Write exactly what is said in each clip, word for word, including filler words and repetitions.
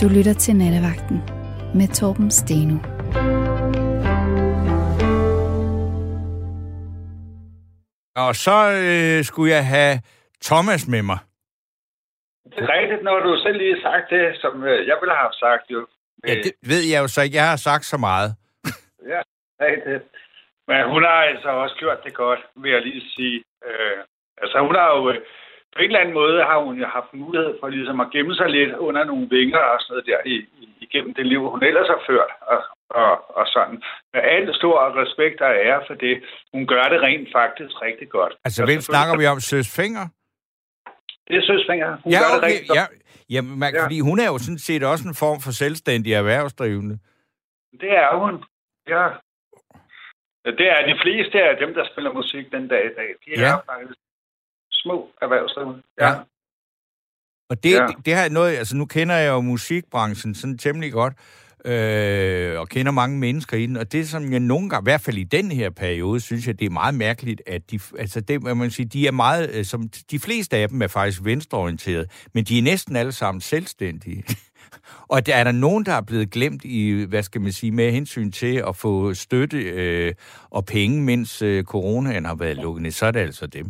Du lytter til Nattevagten med Torben Steno. Og så øh, skulle jeg have Thomas med mig. Det er rigtigt, når du selv lige har sagt det, som øh, jeg ville have sagt jo. Ja, det ved jeg jo så ikke. Jeg har sagt så meget. Ja, rigtigt. Men hun har altså også gjort det godt, vil jeg lige sige. Øh, altså hun har jo, øh, på en eller anden måde har hun jo haft mulighed for ligesom at gemme sig lidt under nogle vinger og sådan noget der i, i, igennem det liv, hun ellers har ført. Og, og, og sådan. Med alt stor respekt og ære for det. Hun gør det rent faktisk rigtig godt. Altså, hvem snakker vi om? Søs Fenger? Det er Søs Fenger. Hun ja, gør okay. det rigtig godt. Ja, ja, man, ja. Fordi hun er jo sådan set også en form for selvstændig erhvervsdrivende. Det er hun. Ja. Det er de fleste af dem, der spiller musik den dag i dag. De ja. er faktisk små erhvervsdrivende. Ja. ja. Og det, ja. det, det har noget, altså nu kender jeg jo musikbranchen sådan temmelig godt, øh, og kender mange mennesker i den, og det som jeg nogle gange, i hvert fald i den her periode, synes jeg, det er meget mærkeligt, at de, altså det, man sige, de er meget, som de fleste af dem er faktisk venstreorienterede, men de er næsten alle sammen selvstændige. Og der er der nogen, der er blevet glemt i, hvad skal man sige, med hensyn til at få støtte øh, og penge, mens øh, coronaen har været lukket ned, så er det altså dem.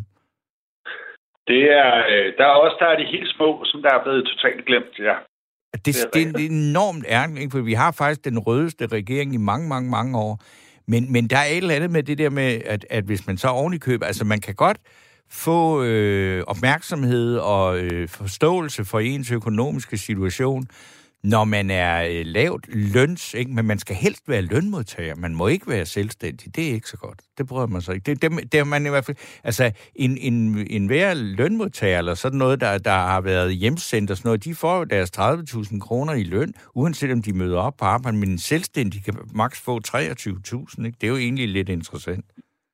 Det er, øh, der er også der er de helt små, som der er blevet totalt glemt, ja. Det, det, er, det er enormt ærligt, for vi har faktisk den rødeste regering i mange, mange, mange år. Men, men der er et eller andet med det der med, at, at hvis man så oven i købet, altså man kan godt få øh, opmærksomhed og øh, forståelse for ens økonomiske situation, når man er øh, lavt løns, ikke? Men man skal helst være lønmodtager. Man må ikke være selvstændig. Det er ikke så godt. Det prøver man så ikke. Det, det, det er man i hvert fald... Altså, en, en, en hver lønmodtager, eller sådan noget, der, der har været hjemsendt og sådan noget, de får jo deres tredive tusind kroner i løn, uanset om de møder op på arbejde, men en selvstændig kan maks få treogtyve tusind, ikke? Det er jo egentlig lidt interessant.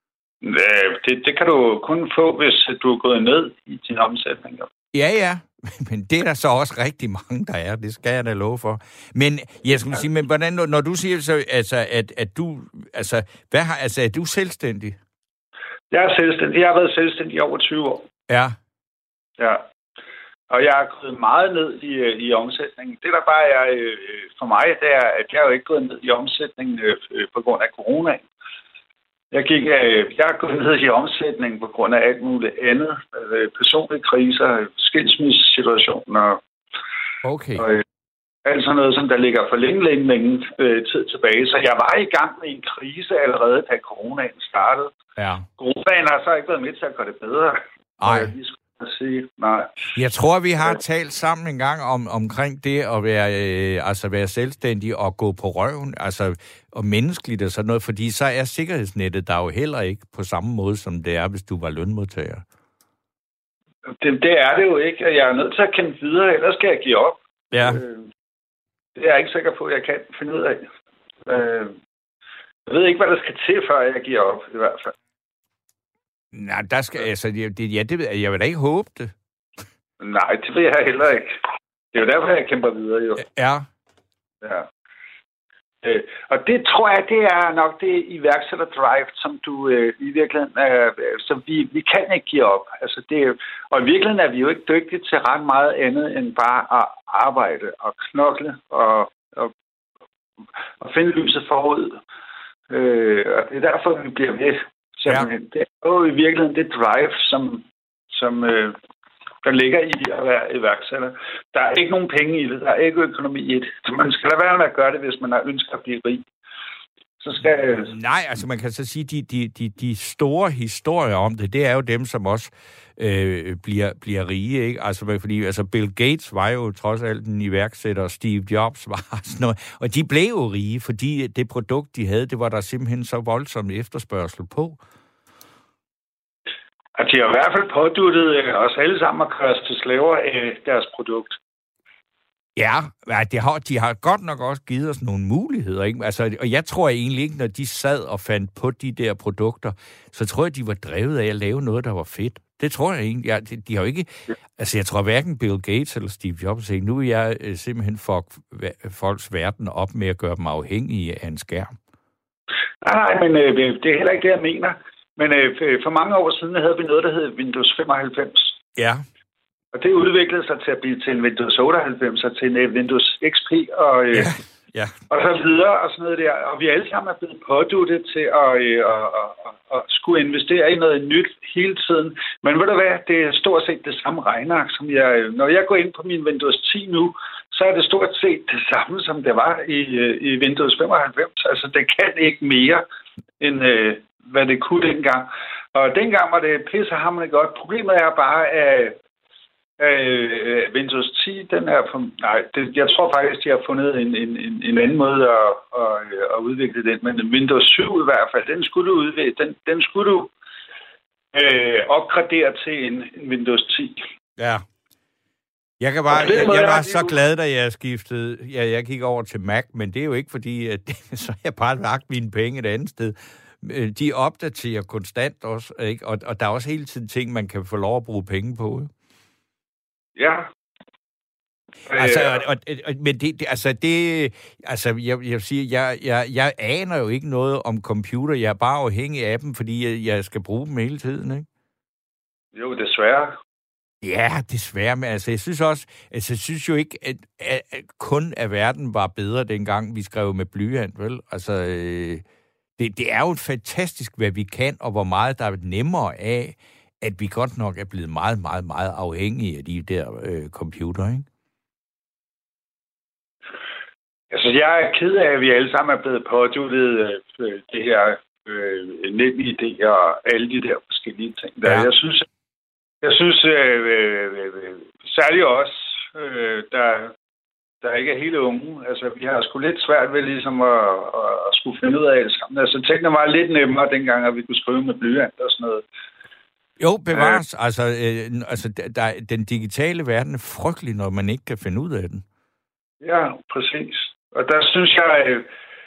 Det, det kan du kun få, hvis du er gået ned i din omsætning. Ja, ja. Men det er der så også rigtig mange, der er. Det skal jeg da love for. Men jeg skulle sige, men hvordan, når du siger så, altså, at, at du, altså, hvad har, altså, er du selvstændig? Jeg er selvstændig. Jeg har været selvstændig i over tyve år. Ja. Ja. Og jeg er gået meget ned i, i omsætningen. Det, der bare er for mig, det er, at jeg er jo ikke gået ned i omsætningen på grund af coronaen. Jeg gik, jeg er gået ned i omsætningen på grund af alt muligt andet. Personlige kriser, skilsmissesituationer. Okay. Og alt sådan noget, som der ligger for længe, længe, længe tid tilbage. Så jeg var i gang med en krise allerede, da coronaen startede. Ja. Coronaen har så ikke været med til at gøre det bedre. Nej. Sige, nej. Jeg tror, vi har talt sammen en gang om, omkring det at være, øh, altså være selvstændig og gå på røven, altså og menneskeligt og sådan noget, fordi så er sikkerhedsnettet der jo heller ikke på samme måde, som det er, hvis du var lønmodtager. Det, det er det jo ikke, og jeg er nødt til at kæmpe videre, ellers skal jeg give op. Ja. Øh, det er jeg ikke sikker på, at jeg kan finde ud af. Øh, jeg ved ikke, hvad der skal til, før jeg giver op, i hvert fald. Nej, der skal, altså, det, ja, det ved jeg, jeg vil da ikke håbe det. Nej, det vil jeg heller ikke. Det er jo derfor, jeg kæmper videre, jo. Ja. Ja. Øh, og det tror jeg, det er nok det iværksætterdrive, som du øh, i virkeligheden, øh, så vi, vi kan ikke give op. Altså det, og i virkeligheden er vi jo ikke dygtige til ret meget andet, end bare at arbejde og knokle og, og, og finde lyset forud. Øh, og det er derfor, vi bliver ved. Simpelthen. Ja. Det er jo i virkeligheden det drive, som, som øh, der ligger i at være iværksætter. Der er ikke nogen penge i det. Der er ikke økonomi i det. Så man skal lade være med at gøre det, hvis man har ønsket at blive rig. Så skal... Nej, altså man kan så sige, de, de, de, de store historier om det, det er jo dem, som også øh, bliver, bliver rige, ikke? Altså, fordi altså Bill Gates var jo trods alt en iværksætter, og Steve Jobs var sådan noget. Og de blev jo rige, fordi det produkt, de havde, det var der simpelthen så voldsom efterspørgsel på. Og de har i hvert fald påduttet os alle sammen at køre os til slaver af deres produkt. Ja, de har, de har godt nok også givet os nogle muligheder, ikke? Altså, og jeg tror egentlig ikke, når de sad og fandt på de der produkter, så tror jeg, de var drevet af at lave noget, der var fedt. Det tror jeg egentlig. Ja, de, de har jo ikke... Altså, jeg tror hverken Bill Gates eller Steve Jobs sagde, nu vil jeg øh, simpelthen fuck folks verden op med at gøre dem afhængige af en skærm. Nej, men øh, det er heller ikke det, jeg mener. Men øh, for mange år siden havde vi noget, der hed Windows femoghalvfems. Ja. Og det udviklede sig til at blive til en Windows otteoghalvfems og til en Windows X P og, øh, ja, ja. og så videre og sådan noget der. Og vi alle sammen er blevet påduttet til at, øh, at, at, at skulle investere i noget nyt hele tiden. Men ved du hvad, det er stort set det samme regneark, som jeg... Når jeg går ind på min Windows ti nu, så er det stort set det samme, som det var i, i Windows femoghalvfems. Altså, det kan ikke mere, end øh, hvad det kunne dengang. Og dengang var det pissehamrende godt. Problemet er bare, at øh, Windows ti, den er... For, nej, det, jeg tror faktisk, de har fundet en, en, en, en anden måde at, at, at udvikle den. Men Windows syv i hvert fald, den skulle du, udvikle, den, den skulle du øh, opgradere til en, en Windows ti. Ja. Jeg, kan bare, jeg, jeg var så glad, da jeg skiftede. Ja, jeg gik over til Mac, men det er jo ikke fordi, at så har jeg bare lagt mine penge et andet sted. De opdaterer konstant også, ikke? Og, og der er også hele tiden ting, man kan få lov at bruge penge på. Ja. Altså, og, og, og, men det, det, altså, det, altså, jeg, jeg siger, jeg, jeg, jeg aner jo ikke noget om computer. Jeg er bare afhængig af dem, fordi jeg, jeg skal bruge dem hele tiden, ikke? Jo, desværre. Ja, desværre, men altså, jeg synes også, altså, jeg synes jo ikke, at, at, at kun at verden var bedre, dengang vi skrev med blyant, vel? Altså, øh, det, det er jo fantastisk, hvad vi kan, og hvor meget der er nemmere af, at vi godt nok er blevet meget, meget, meget afhængige af de der øh, computer, ikke? Altså, jeg er ked af, at vi alle sammen er blevet påduttet øh, det her øh, NemID og alle de der forskellige ting. Der. Ja. Jeg synes, jeg synes øh, øh, øh, særligt også, øh, der, der ikke er helt unge. Altså, vi har sgu lidt svært ved ligesom at, at, at skulle finde ud af det sammen. Altså, tingene var lidt nemmere dengang, at vi kunne skrive med blyant og sådan noget. Jo, bevares. Øh, altså, øh, altså der, den digitale verden er frygtelig, når man ikke kan finde ud af den. Ja, præcis. Og der synes jeg, øh,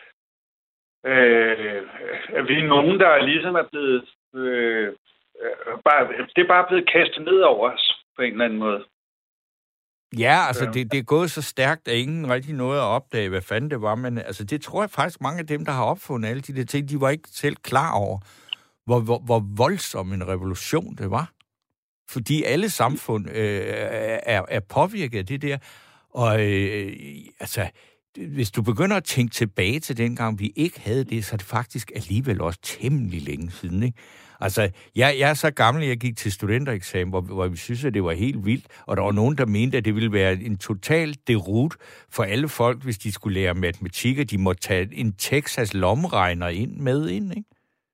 øh, at vi er nogen, der ligesom er blevet... Øh, bare, det er bare blevet kastet ned over os, på en eller anden måde. Ja, altså, det, det er gået så stærkt, at ingen rigtig nåede at opdage, hvad fanden det var. Men altså, det tror jeg faktisk, mange af dem, der har opfundet alle de der ting, de var ikke selv klar over, hvor, hvor, hvor voldsom en revolution det var. Fordi alle samfund øh, er, er påvirket af det der. Og øh, altså... Hvis du begynder at tænke tilbage til dengang, vi ikke havde det, så er det faktisk alligevel også temmelig længe siden, ikke? Altså, jeg, jeg er så gammel, jeg gik til studentereksamen, hvor, hvor vi synes, at det var helt vildt, og der var nogen, der mente, at det ville være en total deroute for alle folk, hvis de skulle lære matematik, og de måtte tage en Texas lommeregner ind med ind, ikke?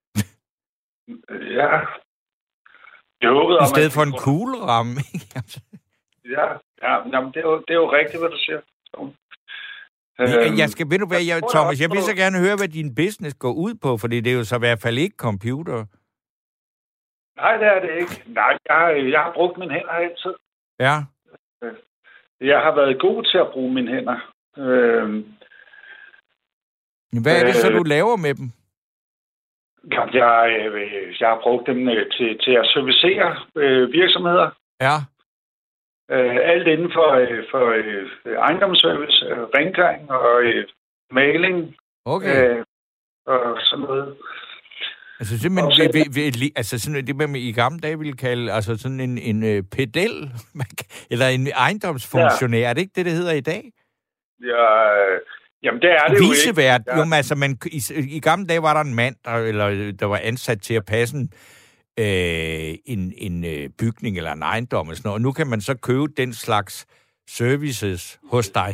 Ja. Jeg håbede, I stedet for en kugleramme, ikke? Ja, ja. Jamen, det, er jo, det er jo rigtigt, hvad du siger. Jeg, jeg skal, ved du hvad, jeg, Thomas, jeg vil så gerne høre, hvad din business går ud på, for det er jo så i hvert fald ikke computer. Nej, det er det ikke. Nej, jeg, jeg har brugt mine hænder altid. Ja. Jeg har været god til at bruge mine hænder. Øh, hvad er det så, du laver med dem? Jeg, jeg, jeg har brugt dem til, til at servicere øh, virksomheder. Ja. Uh, alt inden for, uh, for uh, ejendomsservice, uh, rengøring og uh, maling. Okay. Uh, og sådan noget. Altså simpelthen, så, vi, vi, vi, altså sådan det, man i gamle dage ville kalde altså sådan en, en uh, pedel, eller en ejendomsfunktionær. Ja. Er det ikke det, det hedder i dag? Ja, jamen det er det jo ikke. Ja. Jo, men altså, man, i, i gamle dage var der en mand, der, eller, der var ansat til at passe en Øh, en, en øh, bygning eller en ejendom og sådan noget. Og nu kan man så købe den slags services hos dig.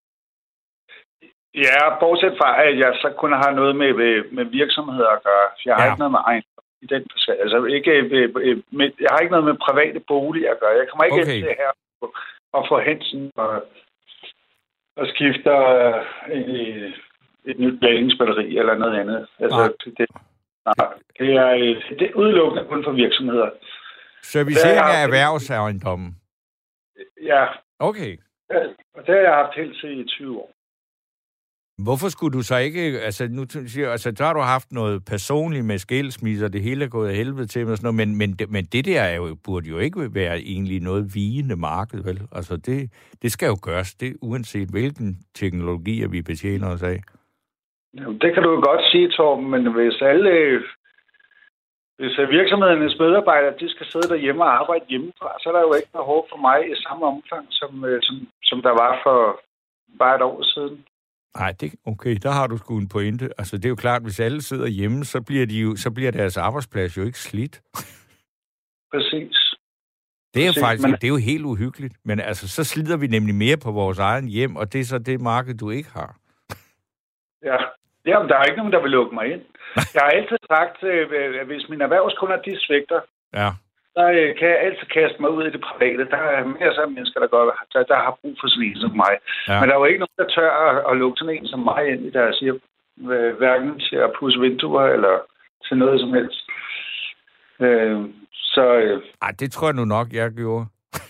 Ja, bortset fra, at jeg så kun har noget med, med, med virksomheder at gøre. Jeg har ja. ikke noget med ejendom i den forskel. Altså, ikke, øh, med, jeg har ikke noget med private boliger at gøre. Jeg kommer ikke okay. ind til her og få hensen og, og skifte øh, et, et nyt blandingsbatteri eller noget andet. Altså, det Nej, det er, det er udelukkende kun for virksomheder. Servicering af erhvervsejendommen? Ja. Okay. Og det har jeg haft helt til i tyve år. Hvorfor skulle du så ikke... Altså, nu siger altså, så har du haft noget personligt med skilsmisser, det hele er gået af helvede til, og sådan noget, men, men, men det der er jo, burde jo ikke være egentlig noget vigende marked, vel? Altså, det, det skal jo gøres, det, uanset hvilken teknologi vi betjener os af. Jamen, det kan du jo godt sige, Torben, men hvis alle, hvis virksomhedernes medarbejdere, de skal sidde derhjemme og arbejde hjemmefra, så er der jo ikke behov for mig i samme omfang, som, som, som der var for bare et år siden. Nej, det, okay, der har du sgu en pointe. Altså, det er jo klart, hvis alle sidder hjemme, så bliver, de jo, så bliver deres arbejdsplads jo ikke slidt. Præcis. Det er jo Præcis, faktisk, men... det er jo helt uhyggeligt. Men altså, så slider vi nemlig mere på vores egen hjem, og det er så det marked, du ikke har. Ja, Jamen, der er ikke nogen, der vil lukke mig ind. Jeg har altid sagt, at hvis mine erhvervskunder, de svigter, ja. så kan jeg altid kaste mig ud i det private. Der er masser af mennesker, der, går, der, der har brug for sådan en som mig. Ja. Men der er jo ikke nogen, der tør at, at lukke sådan en som mig ind i deres hjem. Hverken til at pusse vinduer eller til noget som helst. Øh, så... Øh... Ej, det tror jeg nu nok, jeg gjorde.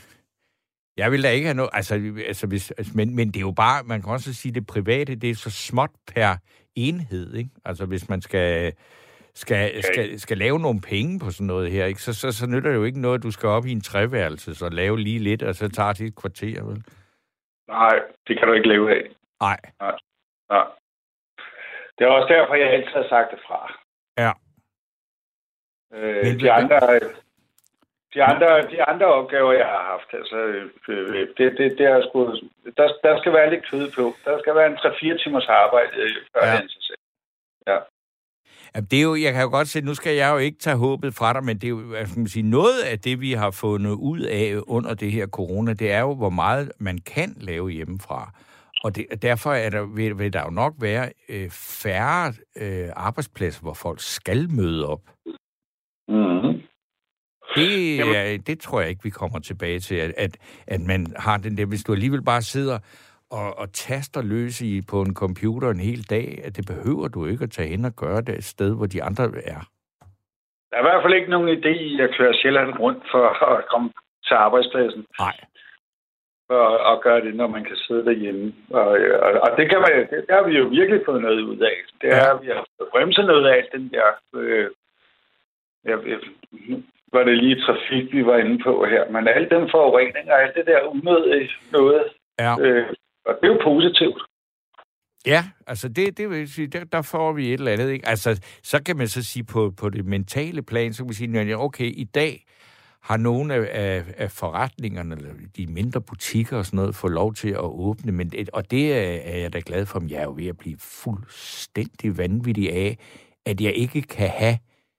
Jeg vil da ikke have noget... Altså, altså hvis, altså, men, men det er jo bare... Man kan også sige, at det private, det er så småt per enhed, ikke? Altså, hvis man skal... Skal, skal, skal lave nogle penge på sådan noget her, ikke? Så, så, så nytter det jo ikke noget, at du skal op i en treværelse, så lave lige lidt, og så tager det et kvarter, vel? Nej, det kan du ikke leve af. Nej. Nej. Nej. Det er også derfor, jeg altid har sagt det fra. Ja. Øh, Men, de, andre, de, andre, de andre opgaver, jeg har haft, altså, øh, det, det, det er sgu, der, der skal være lidt kød på. Der skal være en tre fire timers arbejde, før ja. det sig. Ja. Ja, det er jo, jeg kan jo godt se, nu skal jeg jo ikke tage håbet fra dig, men det er jo, altså, man sige, noget af det, vi har fundet ud af under det her corona, det er jo, hvor meget man kan lave hjemmefra. Og det, derfor er der, vil, vil der jo nok være øh, færre øh, arbejdspladser, hvor folk skal møde op. Mm-hmm. Det, er, det tror jeg ikke, vi kommer tilbage til, at, at, at man har den der, hvis du alligevel bare sidder og, og taster løs i på en computer en hel dag, at det behøver du ikke at tage hen og gøre det et sted, hvor de andre er. Der er i hvert fald ikke nogen idé i at køre Sjælland rundt for at komme til arbejdspladsen. Nej. Og, og gøre det, når man kan sidde derhjemme. Og, og, og det, kan man, det, det har vi jo virkelig fået noget ud af. Det er, ja. Vi har fået bremset noget af den der... Øh, jeg, jeg, var det lige trafik, vi var inde på her. Men alle den forurening og alt det der unødige noget... Ja. Øh, og det er jo positivt. Ja, altså det, det vil sige, der, der får vi et eller andet, ikke? Altså, så kan man så sige på, på det mentale plan, så kan vi sige, okay, i dag har nogle af, af, af forretningerne, eller de mindre butikker og sådan noget, fået lov til at åbne, men, og det er jeg da glad for, men jeg er jo ved at blive fuldstændig vanvittig af, at jeg ikke kan have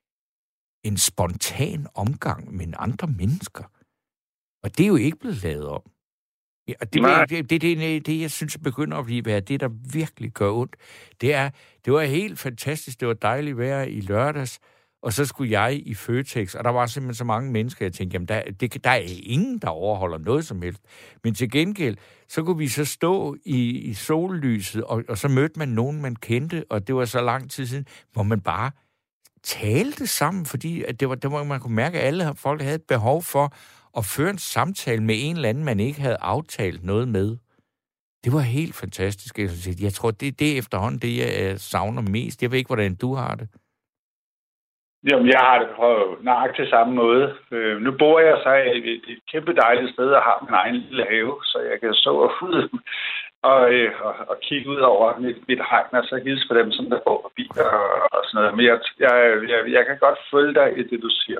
en spontan omgang med andre mennesker. Og det er jo ikke blevet lavet om. Ja, og det, det, det, det, det, jeg synes, begynder at blive det, der virkelig gør ondt. Det er, det var helt fantastisk. Det var dejligt vejr i lørdags, og så skulle jeg i Føtex, og der var simpelthen så mange mennesker, jeg tænkte, jamen, der, det, der er ingen, der overholder noget som helst. Men til gengæld, så kunne vi så stå i, i sollyset, og, og så mødte man nogen, man kendte, og det var så lang tid siden, hvor man bare talte sammen, fordi at det var, det var, man kunne mærke, at alle folk havde et behov for og føre en samtale med en eller anden, man ikke havde aftalt noget med. Det var helt fantastisk. Jeg tror, det, det er efterhånden det, jeg savner mest. Jeg ved ikke, hvordan du har det. Jamen, jeg har det på nøjagtigt samme måde. Øh, nu bor jeg så i et kæmpe dejligt sted og har min egen lille have, så jeg kan stå og ud og, øh, og, og kigge ud over mit, mit hegn, og så hilse på dem, som der går forbi og, og sådan noget. Men jeg, jeg, jeg, jeg kan godt følge dig i det, du siger.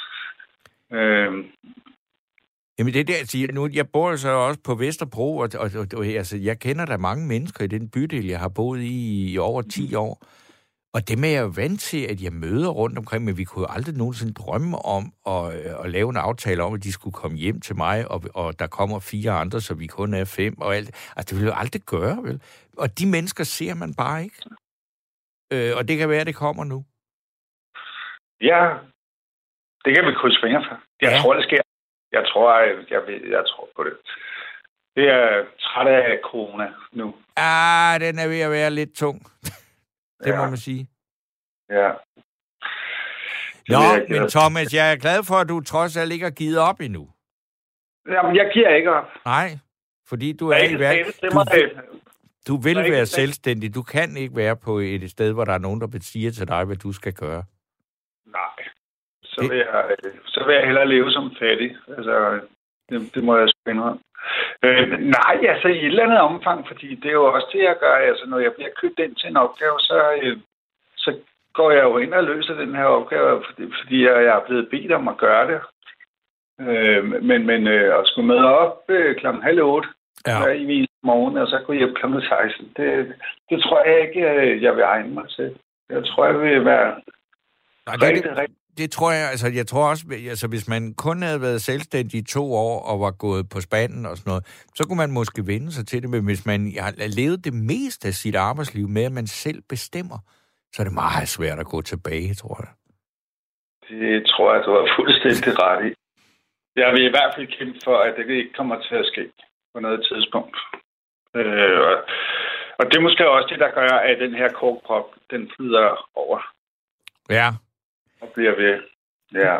Øh, Jamen det er det, jeg siger. Nu, jeg bor så også på Vesterbro, og, og, og altså, jeg kender der mange mennesker i den bydel, jeg har boet i i over ti år. Og dem er jeg jo vant til, at jeg møder rundt omkring, men vi kunne jo aldrig nogensinde drømme om at, at lave en aftale om, at de skulle komme hjem til mig, og, og der kommer fire andre, så vi kun er fem, og alt. Altså, det vil jo aldrig gøre, vel? Og de mennesker ser man bare ikke. Øh, og det kan være, at det kommer nu. Ja, det kan vi krydse fingre for. Jeg ja. tror, det sker. Jeg tror, jeg, jeg, jeg tror på det. Det er træt af corona nu. Ah, den er ved at være lidt tung. Det ja. må man sige. Ja. Nå, men Thomas, jeg er glad for, at du trods alt ikke har givet op endnu. Jamen, jeg giver ikke op. Nej, fordi du er, er i værk. Du, du vil være ikke selvstændig. Du kan ikke være på et sted, hvor der er nogen, der siger til dig, hvad du skal gøre. Nej. Så vil, jeg, så vil jeg hellere leve som fattig. Altså, det, det må jeg sgu indrømme. Øh, nej, altså i et eller andet omfang, fordi det er jo også det, jeg gør. Altså, når jeg bliver købt ind til en opgave, så, øh, så går jeg jo ind og løser den her opgave, fordi, fordi jeg, jeg er blevet bedt om at gøre det. Øh, men men øh, at skulle møde op øh, klokken halv otte ja. hver i morgen, og så gå hjem klokken seksten, det, det tror jeg ikke, jeg vil egne mig til. Jeg tror, jeg vil være Nej, det, rigtig, det, rigtig... det tror jeg, altså jeg tror også, altså hvis man kun havde været selvstændig i to år og var gået på spanden og sådan noget, så kunne man måske vende sig til det, men hvis man har levet det meste af sit arbejdsliv med, at man selv bestemmer, så er det meget svært at gå tilbage, tror jeg. Det tror jeg, du har fuldstændig ret i. Jeg vil i hvert fald kæmpe for, at det ikke kommer til at ske på noget tidspunkt. Øh, og det er måske også det, der gør, at den her korkprop, den flyder over. Ja. Og bliver ved. Ja.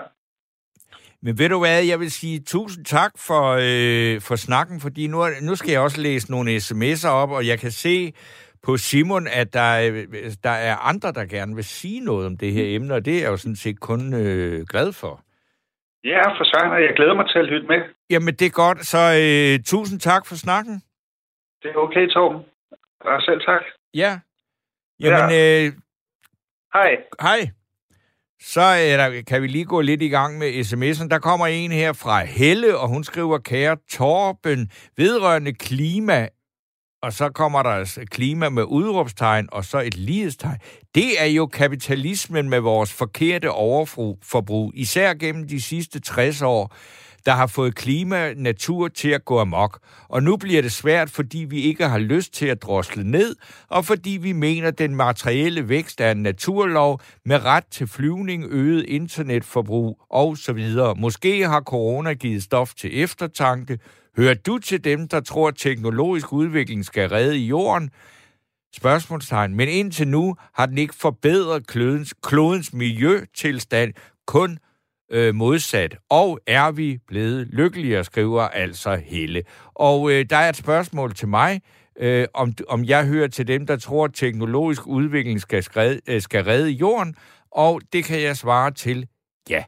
Men ved du hvad, jeg vil sige tusind tak for, øh, for snakken, fordi nu, nu skal jeg også læse nogle sms'er op, og jeg kan se på Simon, at der, der er andre, der gerne vil sige noget om det her emne, og det er jeg jo sådan set kun øh, glad for. Ja, for søren, jeg glæder mig til at lytte med. Jamen, det er godt, så øh, tusind tak for snakken. Det er okay, Torben. Og selv tak. Ja. Jamen, ja. Øh, hej. Hej. Så øh, der, kan vi lige gå lidt i gang med sms'en. Der kommer en her fra Helle, og hun skriver, kære Torben, vedrørende klima, og så kommer der klima med udråbstegn, og så et lighedstegn. Det er jo kapitalismen med vores forkerte overforbrug, især gennem de sidste tres år, der har fået klima og natur til at gå amok. Og nu bliver det svært, fordi vi ikke har lyst til at drosle ned, og fordi vi mener, at den materielle vækst er en naturlov med ret til flyvning, øget internetforbrug osv. Måske har corona givet stof til eftertanke. Hører du til dem, der tror, at teknologisk udvikling skal redde jorden? Spørgsmålstegn. Men indtil nu har den ikke forbedret klodens, klodens miljøtilstand, kun øh, modsat. Og er vi blevet lykkeligere, skriver altså Helle. Og øh, der er et spørgsmål til mig, øh, om, om jeg hører til dem, der tror, at teknologisk udvikling skal, skred, øh, skal redde jorden. Og det kan jeg svare til ja.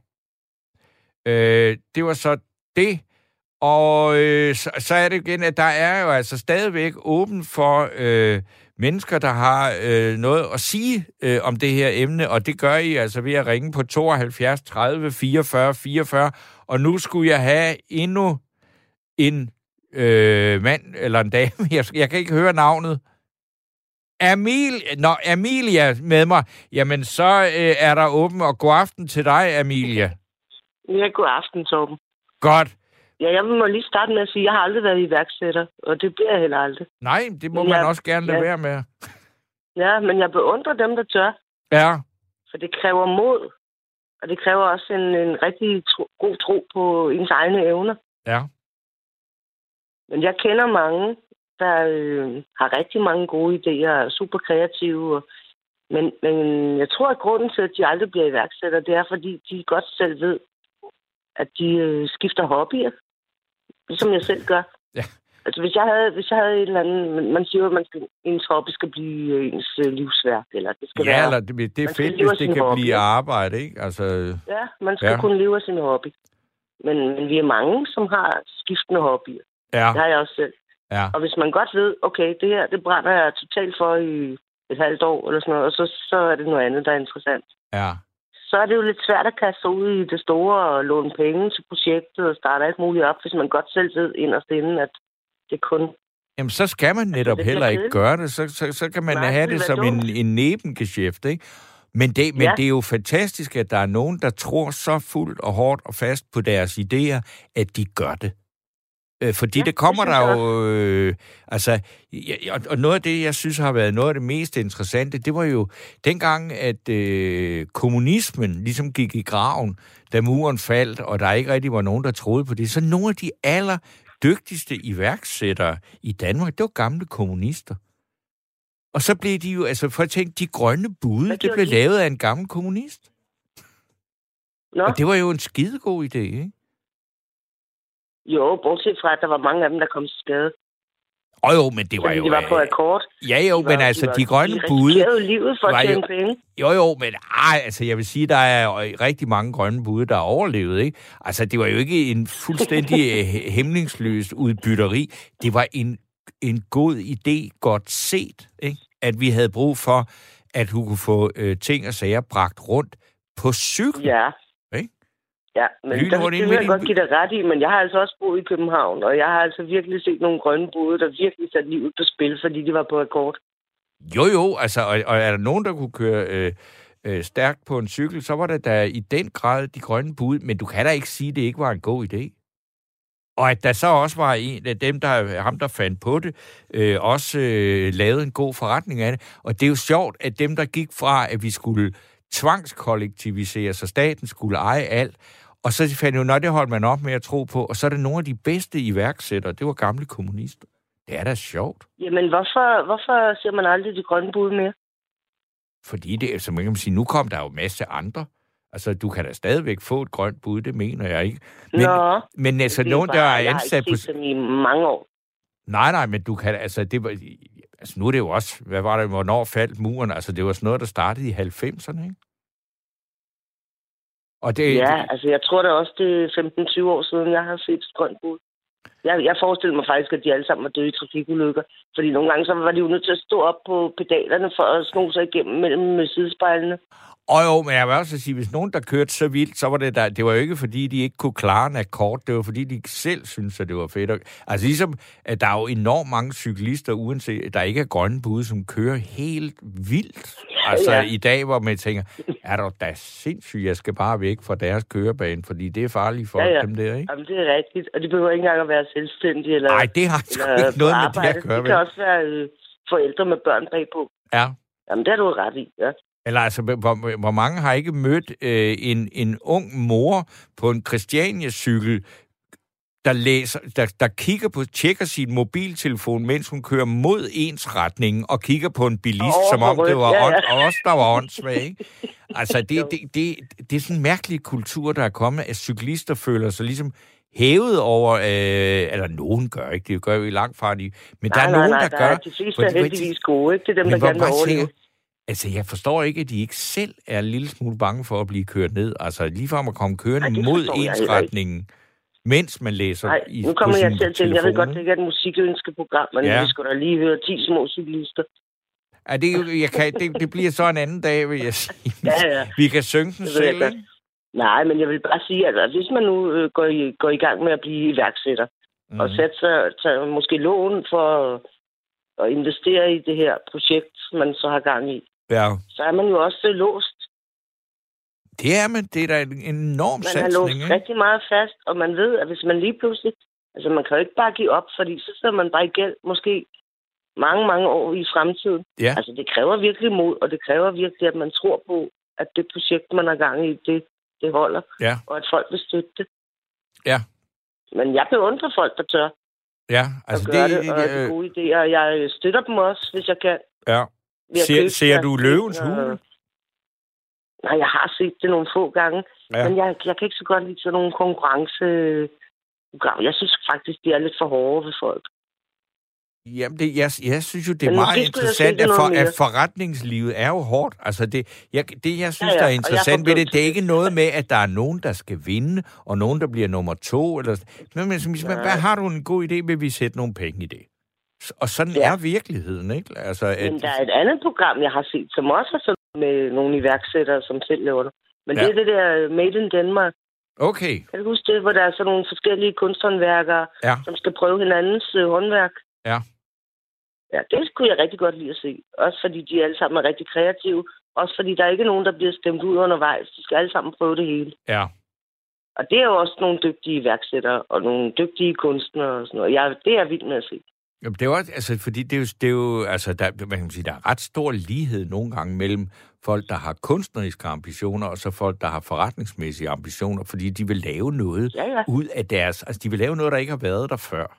Øh, det var så det. Og øh, så, så er det igen, at der er jo altså stadigvæk åben for øh, mennesker, der har øh, noget at sige øh, om det her emne, og det gør I altså ved at ringe på tooghalvfjerds tredive fireogfyrre fireogfyrre, og nu skulle jeg have endnu en øh, mand, eller en dame, jeg, jeg kan ikke høre navnet. Emil, nå, Amelia med mig, jamen så øh, er der åben, og god aften til dig, Amelia. Ja, god aften, Torben. Godt. Ja, jeg må lige starte med at sige, at jeg har aldrig været iværksætter, og det bliver jeg heller aldrig. Nej, det må men man jeg, også gerne lade ja, være med. Ja, men jeg beundrer dem, der tør. Ja. For det kræver mod, og det kræver også en, en rigtig tro, god tro på ens egne evner. Ja. Men jeg kender mange, der øh, har rigtig mange gode idéer og er super kreative. Og, men, men jeg tror, at grunden til, at de aldrig bliver iværksætter, det er, fordi de godt selv ved, at de øh, skifter hobbyer. Ligesom jeg selv gør. Ja. Altså, hvis jeg havde, hvis jeg havde et eller andet... Man siger, at man skal, ens hobby skal blive ens øh, livsværk, eller det skal ja, være... Ja, eller det, det er fedt, hvis det kan hobby, blive arbejde, ikke? Altså... Ja, man skal ja. kunne leve af sin hobby. Men, men vi er mange, som har skiftende hobbyer. Ja. Det har jeg også selv. Ja. Og hvis man godt ved, okay, det her, det brænder jeg totalt for i et halvt år, eller sådan noget, og så, så er det noget andet, der er interessant. Ja. Så er det jo lidt svært at kaste sig ud i det store og låne penge til projektet og starte alt muligt op, hvis man godt selv ved inderst inden, at det kun... Jamen, så skal man netop altså, heller ikke gøre det. Så, så, så kan man Nej, have det, det som dumt. en, en nebengeschæft, ikke? Men, det, men ja. det er jo fantastisk, at der er nogen, der tror så fuldt og hårdt og fast på deres idéer, at de gør det. Fordi ja, det kommer det der jo... Øh, altså, og, og noget af det, jeg synes har været noget af det mest interessante, det var jo dengang, at øh, kommunismen ligesom gik i graven, da muren faldt, og der ikke rigtig var nogen, der troede på det. Så nogle af de allerdygtigste iværksættere i Danmark, det var gamle kommunister. Og så blev de jo, altså for at tænke, de grønne bude, det blev de? lavet af en gammel kommunist. Nå. Og det var jo en skidegod idé, ikke? Jo, bortset fra, at der var mange af dem, der kom til skade. Åh jo, men det var jo... De var på akkord. Ja jo, de men var, altså, de, de grønne de bude... De risikerede livet for at tjene jo, penge. Jo jo, men ej, altså, jeg vil sige, der er rigtig mange grønne bude, der er overlevet, ikke? Altså, det var jo ikke en fuldstændig hæmningsløst udbytteri. Det var en, en god idé, godt set, ikke? At vi havde brug for, at hun kunne få øh, ting og sager bragt rundt på cykel. Ja. Ikke? Ja, men Lyn, der, hvor det det vil er jeg godt give dig ret i, men jeg har altså også boet i København, og jeg har altså virkelig set nogle grønne bude, der virkelig satte livet på spil, fordi de var på akkord. Jo, jo, altså, og, og er der nogen, der kunne køre øh, øh, stærkt på en cykel, så var det da i den grad de grønne bud, men du kan da ikke sige, at det ikke var en god idé. Og at der så også var en af dem, der ham, der fandt på det, øh, også øh, lavede en god forretning af det. Og det er jo sjovt, at dem, der gik fra, at vi skulle tvangskollektivisere, så staten skulle eje alt, og så fandt jo, når det holdt man op med at tro på, og så er det nogle af de bedste iværksættere, det var gamle kommunister. Det er da sjovt. Jamen, hvorfor, hvorfor ser man aldrig de grønne bud mere? Fordi det, som man kan sige, nu kom der jo masse andre. Altså, du kan da stadigvæk få et grønt bud, det mener jeg ikke. Men, Nå, men altså, nogen, bare, der er jeg ansat på... Jeg har ikke set dem i mange år. Nej, nej, men du kan, altså, det var, altså, nu er det jo også, hvad var det, hvornår faldt muren? Altså, det var sådan noget, der startede i halvfemserne, ikke? Og det, ja, altså, jeg tror da også, det er femten tyve år siden, jeg har set et grønt bud. Jeg, jeg forestiller mig faktisk, at de alle sammen var døde i trafikulykker. Fordi nogle gange så var de jo nødt til at stå op på pedalerne for at sno sig igennem mellem sidespejlene. Og jo, men jeg vil også sige, hvis nogen, der kørte så vildt, så var det der, det var jo ikke, fordi de ikke kunne klare en akkord, det var, fordi de selv syntes, at det var fedt. Altså ligesom, at der er jo enormt mange cyklister, uanset, der ikke er grønne bud, som kører helt vildt. Altså ja. I dag, hvor man tænker, er der da sindssygt, jeg skal bare væk fra deres kørebane, fordi det er farligt for ja, ja. dem der, ikke? Jamen, det er rigtigt, og de behøver ikke engang at være selvstændige. Eller, nej, det har sgu ikke noget med det at gøre. Det kan også være øh, forældre med børn bagpå. Ja. Jamen, det har du ret i, ja. Eller altså, hvor, hvor mange har ikke mødt øh, en, en ung mor på en Christiania-cykel, der, læser, der, der kigger på, tjekker sin mobiltelefon, mens hun kører mod ensretningen, og kigger på en bilist, oh, som om det var ja, ja. Og også der var åndssvag, ikke? Altså, det, det, det, det er sådan en mærkelig kultur, der er kommet, at cyklister føler sig ligesom hævet over, øh, eller nogen gør ikke, det gør jo i langt fra de, men nej, der er nej, nogen, nej, der, der gør... De fleste er heldigvis gode, ikke? Det er dem, der gerne vil overleve. Altså, jeg forstår ikke, at de ikke selv er en lille smule bange for at blive kørt ned. Altså, lige for at komme kørende Ej, mod ensretningen, mens man læser Ej, i nu kommer jeg selv til, jeg ved godt, det ikke er et musikønskeprogram, men ja. Vi skulle da lige høre ti små cyklister. Ja, det, jeg kan, det, det bliver så en anden dag, vil jeg sige. Ja, ja. Vi kan synge den selv, ikke? Nej, men jeg vil bare sige, at hvis man nu øh, går, i, går i gang med at blive iværksætter, mm. og sætter sig, tager måske lån for at, at investere i det her projekt, man så har gang i, ja. Så er man jo også låst. Det er man. Det er da en enorm satsning. Man har låst ikke? rigtig meget fast, og man ved, at hvis man lige pludselig... Altså, man kan jo ikke bare give op, fordi så sidder man bare i gæld, måske mange, mange år i fremtiden. Ja. Altså, det kræver virkelig mod, og det kræver virkelig, at man tror på, at det projekt, man har gang i, det, det holder. Ja. Og at folk vil støtte det. Ja. Men jeg beundrer folk, der tør. Ja, altså at gøre det... det, og det, de gode idéer. Jeg støtter dem også, hvis jeg kan. Ja. Ser, ser du Løvens Hule? Nej, jeg har set det nogle få gange. Ja. Men jeg, jeg kan ikke så godt lide sådan nogle konkurrenceprogrammer. Jeg synes faktisk, de er lidt for hårde ved folk. Jamen, det, jeg, jeg synes jo, det er men meget interessant, at, for, at forretningslivet er jo hårdt. Altså, det jeg, det, jeg synes, ja, ja. der er interessant ved det, det er ikke noget med, at der er nogen, der skal vinde, og nogen, der bliver nummer to. Eller, men, men, men hvad har du en god idé med, at vi sætter nogle penge i det? Og sådan ja. er virkeligheden, ikke? Altså, at... Men der er et andet program, jeg har set, som også er sådan med nogle iværksættere, som selv laver det. Men ja. det er det der Made in Denmark. Okay. Kan du huske det, hvor der er sådan nogle forskellige kunsthåndværkere, ja. som skal prøve hinandens øh, håndværk? Ja. Ja, det skulle jeg rigtig godt lide at se. Også fordi de alle sammen er rigtig kreative. Også fordi der er ikke nogen, der bliver stemt ud undervejs. De skal alle sammen prøve det hele. Ja. Og det er jo også nogle dygtige iværksættere og nogle dygtige kunstnere og sådan noget. Jeg, det er jeg vild med at se. Jamen, det er jo også, altså, fordi det er jo, det er jo altså, der, man kan sige, der er ret stor lighed nogle gange mellem folk, der har kunstneriske ambitioner, og så folk, der har forretningsmæssige ambitioner, fordi de vil lave noget ja, ja. ud af deres, altså, de vil lave noget, der ikke har været der før.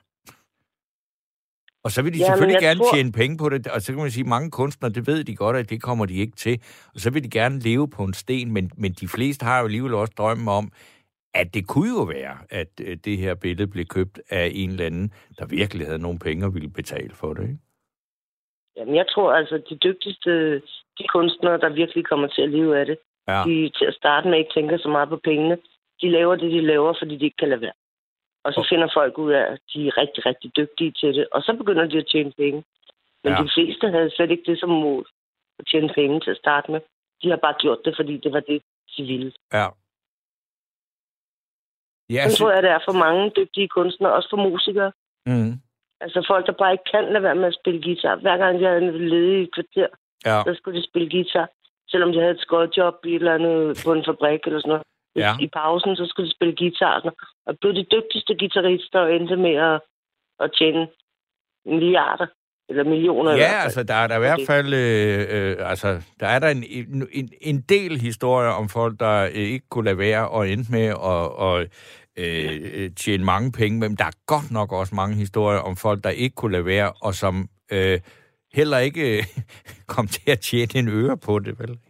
Og så vil de ja, selvfølgelig gerne tror... tjene penge på det, og så kan man sige, at mange kunstnere, det ved de godt, at det kommer de ikke til, og så vil de gerne leve på en sten, men, men de fleste har jo alligevel også drømme om, at det kunne jo være, at det her billede blev købt af en eller anden, der virkelig havde nogle penge og ville betale for det, ikke? Jamen, jeg tror altså, de dygtigste, de kunstnere, der virkelig kommer til at leve af det, ja. de til at starte med ikke tænker så meget på pengene. De laver det, de laver, fordi de ikke kan lade være. Og så finder folk ud af, at de er rigtig, rigtig dygtige til det, og så begynder de at tjene penge. Men ja. de fleste havde slet ikke det som mål. at tjene penge til at starte med. De har bare gjort det, fordi det var det, de ville. Ja. Ja, så tror jeg, det er for mange dygtige kunstnere, også for musikere. Mm. Altså folk, der bare ikke kan lade være med at spille guitar. Hver gang de havde en ledig kvarter, ja. så skulle de spille guitar. Selvom de havde et skodjob i et eller andet på en fabrik eller sådan noget. Ja. I pausen, så skulle de spille guitar. Og blev de dygtigste guitarister og endte med at, at tjene milliarder. Eller millioner. Ja, altså der er der i hvert fald øh, øh, altså der er der en, en, en del historier om folk, der øh, ikke kunne lade være og endte med at og, øh, tjene mange penge, men der er godt nok også mange historier om folk, der ikke kunne lade være, og som øh, heller ikke øh, kom til at tjene en øre på det, vel?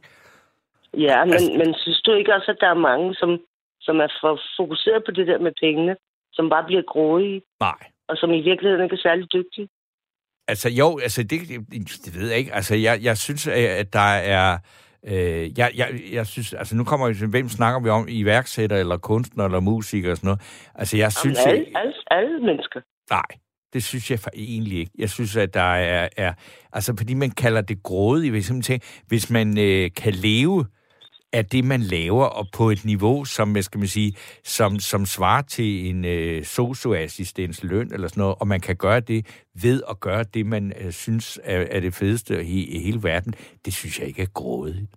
Ja, men, altså, men synes du ikke også, at der er mange, som, som er for fokuseret på det der med pengene, som bare bliver grådige? Nej. Og som i virkeligheden ikke er særlig dygtige? Altså jo, altså det, det, det ved jeg ikke. Altså jeg, jeg synes, at der er... Øh, jeg, jeg, jeg synes... Altså nu kommer vi til, hvem snakker vi om? Iværksætter eller kunstner eller musiker og sådan noget. Altså jeg synes... Jamen, alle, jeg, alle, alle mennesker. Nej, det synes jeg egentlig ikke. Jeg synes, at der er... er altså fordi man kalder det grådigt, hvis man, tænker, hvis man øh, kan leve af det, man laver, og på et niveau, som, hvad skal man sige, som, som svarer til en øh, socioassistents løn eller sådan noget, og man kan gøre det ved at gøre det, man øh, synes er, er det fedeste i, i hele verden, det synes jeg ikke er grådigt.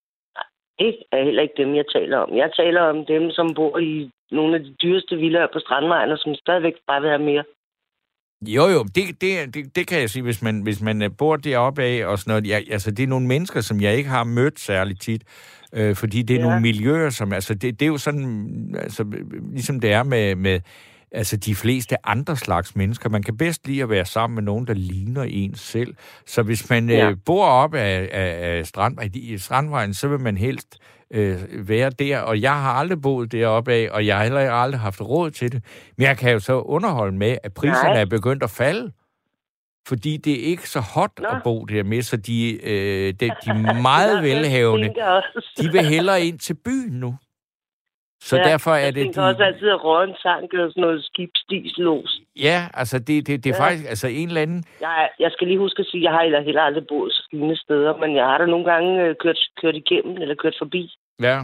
Det er heller ikke dem, jeg taler om. Jeg taler om dem, som bor i nogle af de dyreste villaer på Strandvejen, og som stadigvæk bare vil have mere. Jo, jo, det, det, det, det kan jeg sige, hvis man, hvis man bor deroppe af og sådan noget. Jeg, altså, det er nogle mennesker, som jeg ikke har mødt særlig tit, øh, fordi det er ja. nogle miljøer, som, altså, det, det er jo sådan, altså, ligesom det er med, med altså, de fleste andre slags mennesker. Man kan bedst lide at være sammen med nogen, der ligner en selv. Så hvis man ja. øh, bor oppe af, af, af Strandvejen, i Strandvejen, så vil man helst øh, være der, og jeg har aldrig boet deroppe af, og jeg har heller aldrig haft råd til det. Men jeg kan jo så underholde med, at priserne Nej. er begyndt at falde, fordi det er ikke så hot Nå. at bo der med, så de, øh, de, de meget velhavende, de vil hellere ind til byen nu. Så ja, derfor er det... Jeg tænker de... også altid at røre en tank eller sådan noget skibsdislos. Ja, altså det, det, det er ja. faktisk altså en eller anden... Jeg, jeg skal lige huske at sige, at jeg har heller, heller aldrig boet så fine steder, men jeg har da nogle gange kørt, kørt igennem eller kørt forbi. Ja.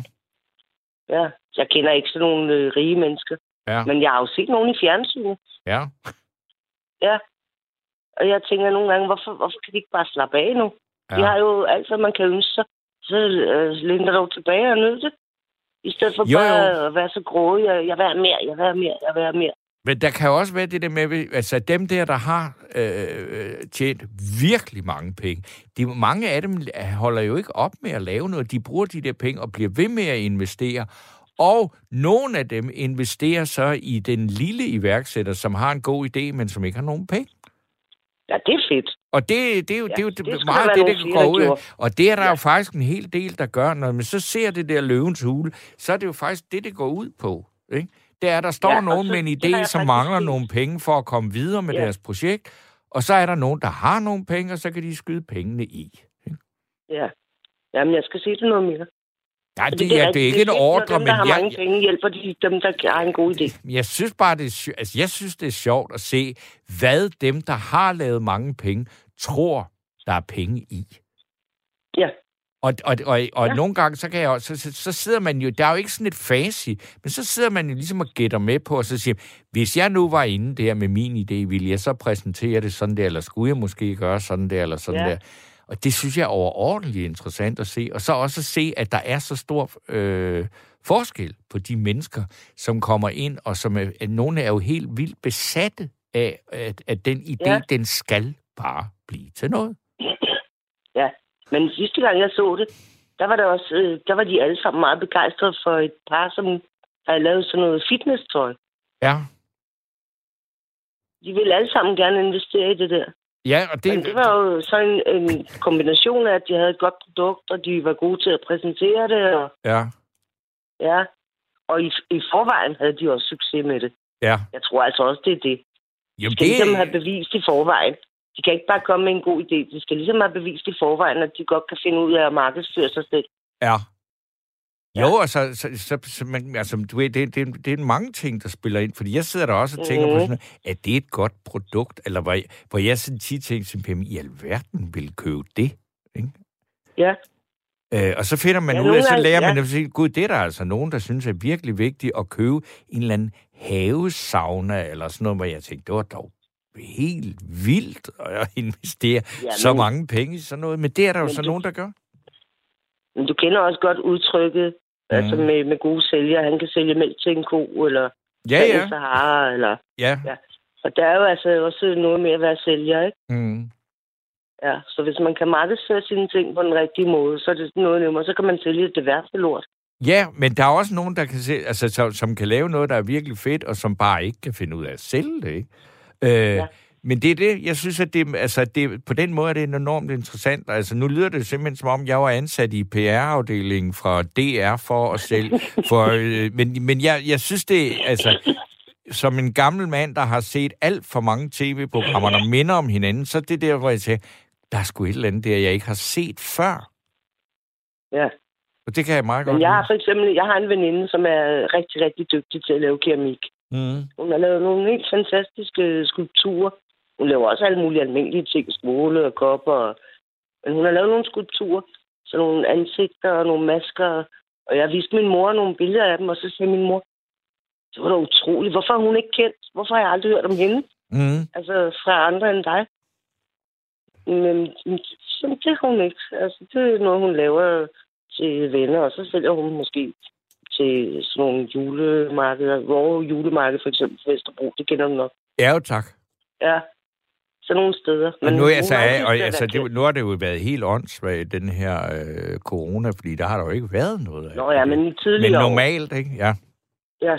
Ja, jeg kender ikke sådan nogle øh, rige mennesker. Ja. Men jeg har jo set nogen i fjernsynet. Ja. Ja. Og jeg tænker nogle gange, hvorfor, hvorfor kan de ikke bare slappe af nu? Ja. De har jo alt, hvad man kan ønske sig. Så øh, læn dig dog tilbage og nød det. I stedet for jo, bare jo. at være så grådig. Jeg, jeg vil have mere, jeg vil have mere, jeg vil have mere. Men der kan jo også være det der med, altså dem der, der har øh, tjent virkelig mange penge, de, mange af dem holder jo ikke op med at lave noget. De bruger de der penge og bliver ved med at investere. Og nogle af dem investerer så i den lille iværksætter, som har en god idé, men som ikke har nogen penge. Ja, det er fedt. Og det, det er jo, ja, det er jo det meget det, det kan gå ud. Og det er der ja. jo faktisk en hel del, der gør. Når man så ser det der løvens hule, så er det jo faktisk det, det går ud på. Ikke? Det er, der står ja, nogen så, med en idé, som mangler set. nogle penge for at komme videre med ja. deres projekt. Og så er der nogen, der har nogle penge, og så kan de skyde pengene i. Ikke? Ja. Jamen, jeg skal se det noget mere. Ja, det, det, er, det er ikke det er en ordre, men... Dem, der har jeg, mange penge, hjælper de dem, der har en god idé. Jeg synes bare, det er, altså, jeg synes, det er sjovt at se, hvad dem, der har lavet mange penge, tror, der er penge i. Ja. Og, og, og, og ja. nogle gange, så, kan jeg, så, så, så sidder man jo... Der er jo ikke sådan et facit, men så sidder man jo ligesom og gætter med på, og så siger, hvis jeg nu var inde der med min idé, ville jeg så præsentere det sådan der, eller skulle jeg måske gøre sådan der, eller sådan ja. der. Og det synes jeg er overordentligt interessant at se. Og så også at se, at der er så stor øh, forskel på de mennesker, som kommer ind, og som er, at nogle er jo helt vildt besatte af, at, at den idé, ja. den skal bare blive til noget. Ja, men sidste gang jeg så det, der var, der også, øh, der var de alle sammen meget begejstrede for et par, som havde lavet sådan noget fitness-tøj. Ja. De ville alle sammen gerne investere i det der. Ja, og det... Men det var jo sådan en, en kombination af, at de havde et godt produkt, og de var gode til at præsentere det. Og, ja. Ja. Og i, i forvejen havde de også succes med det. Ja. Jeg tror altså også, det er det. Jamen, de skal det... ligesom have bevist i forvejen. De kan ikke bare komme med en god idé. De skal ligesom have bevist i forvejen, at de godt kan finde ud af at markedsføre sig selv. Ja. Jo, ja. altså, så, så, så man, altså, du ved, det, det, det er mange ting, der spiller ind, fordi jeg sidder der også og tænker mm. på sådan noget, er det et godt produkt, eller hvor jeg, hvor jeg sådan tit tænker, som i alverden vil købe det, ikke? Ja. Øh, og så finder man Ja, ud af, så gange, lærer ja. man at sige, gud, det er der altså nogen, der synes er virkelig vigtigt at købe en eller anden havesauna, eller sådan noget, hvor jeg tænkte, det var dog helt vildt at investere ja, men, så mange penge i sådan noget. Men det er der jo så du, nogen, der gør. Men du kender også godt udtrykket, mm. altså med, med gode sælgere. Han kan sælge mælk til en ko, eller ja, ja. Sahara, eller... Ja. ja. Og der er jo altså også noget med at være sælger, ikke? Mm. Ja, så hvis man kan markedsføre sine ting på den rigtige måde, så er det noget nemmere. Så kan man sælge det værste lort. Ja, men der er også nogen, der kan se, altså, som, som kan lave noget, der er virkelig fedt, og som bare ikke kan finde ud af at sælge det, ikke? Øh, ja. Men det er det, jeg synes, at det, altså, det, på den måde er det enormt interessant. Altså, nu lyder det simpelthen, som om jeg var ansat i P R-afdelingen fra D R for at sælge. For, øh, men men jeg, jeg synes, det altså... Som en gammel mand, der har set alt for mange tv-programmer, der minder om hinanden, så det der, hvor jeg siger, der er sgu et eller andet der, jeg ikke har set før. Ja. Og det kan jeg meget Men godt jeg lide. har for eksempel, jeg har en veninde, som er rigtig, rigtig dygtig til at lave keramik. Mm. Hun har lavet nogle helt fantastiske skulpturer. Hun laver også alle mulige almindelige ting, skåle og kopper. Men hun har lavet nogle skulpturer, så nogle ansigter og nogle masker. Og jeg viste min mor nogle billeder af dem, og så siger min mor, det var da utroligt. Hvorfor er hun ikke kendt? Hvorfor har jeg aldrig hørt om hende? Mm. Altså, fra andre end dig. Men sådan, det har hun ikke. Altså, det er noget, hun laver til venner, og så sælger hun måske til sådan nogle julemarkeder. Raw julemarked, for eksempel på Vesterbro. Det kender du nok. Ja, jo, tak. Ja, sådan nogle steder. Men Men nu, altså, har er, og, ikke altså, været det, nu har det jo været helt åndssvagt, den her øh, corona, fordi der har der jo ikke været noget af. Nå ja, men i tidligere Men normalt, ikke? Ja. Ja.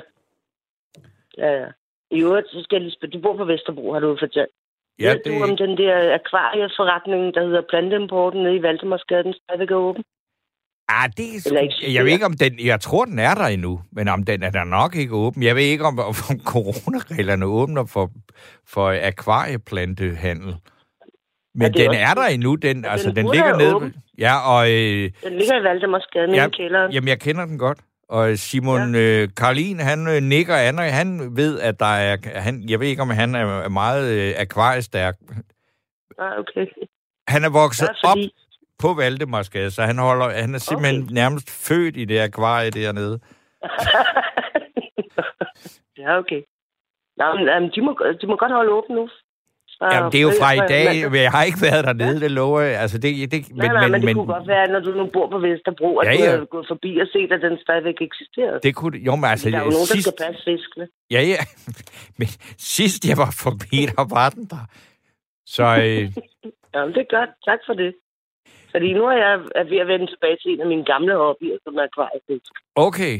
Ja, ja. I øvrigt, så skal jeg lige spørge. Du bor på Vesterbro, har du fortalt. Ja, Ved det... du om den der akvarieforretning, der hedder Planteimporten nede i Valdemarsgade, den stadigvæk er åben? Ah, det er sgu... Jeg ved ikke, om den... Jeg tror, den er der endnu, men om den er der nok ikke åben. Jeg ved ikke, om, om coronareglerne åbner for, for akvarieplantehandel. Men ja, den også... er der endnu. Den, ja, altså, den den ligger nede... Åben. Ja, og... Øh... Den ligger i Valdemarsgade nede ja, i kælderen. Jamen, jeg kender den godt. Og Simon ja. øh, Karlin, han øh, nikker andre, han ved, at der er... Han, jeg ved ikke, om han er meget øh, akvariestærk. Ah, okay. Han er vokset ja, fordi... op på Valdemarsgade, så han, holder, han er simpelthen okay. nærmest født i det akvarie dernede. Ja, okay. Nå, men, de, må, de må godt holde åben nu. Så, Jamen, det er jo fra i dag, men jeg har ikke været dernede, det lover jeg. Altså, det, det, nej, men, nej, men, men det men, kunne godt være, når du nu bor på Vesterbro, at ja, ja. du har gået forbi og set, at den stadigvæk eksisterede. Det kunne jo, men altså... Der er jo nogen, sidst... der skal passe fiskene. Ja, ja. Men sidst jeg var forbi, der var den der. Så... Øh... Jamen, det er godt. Tak for det. Fordi nu er jeg ved at vende tilbage til en af mine gamle hobbyer, som er akvariefisk. Okay.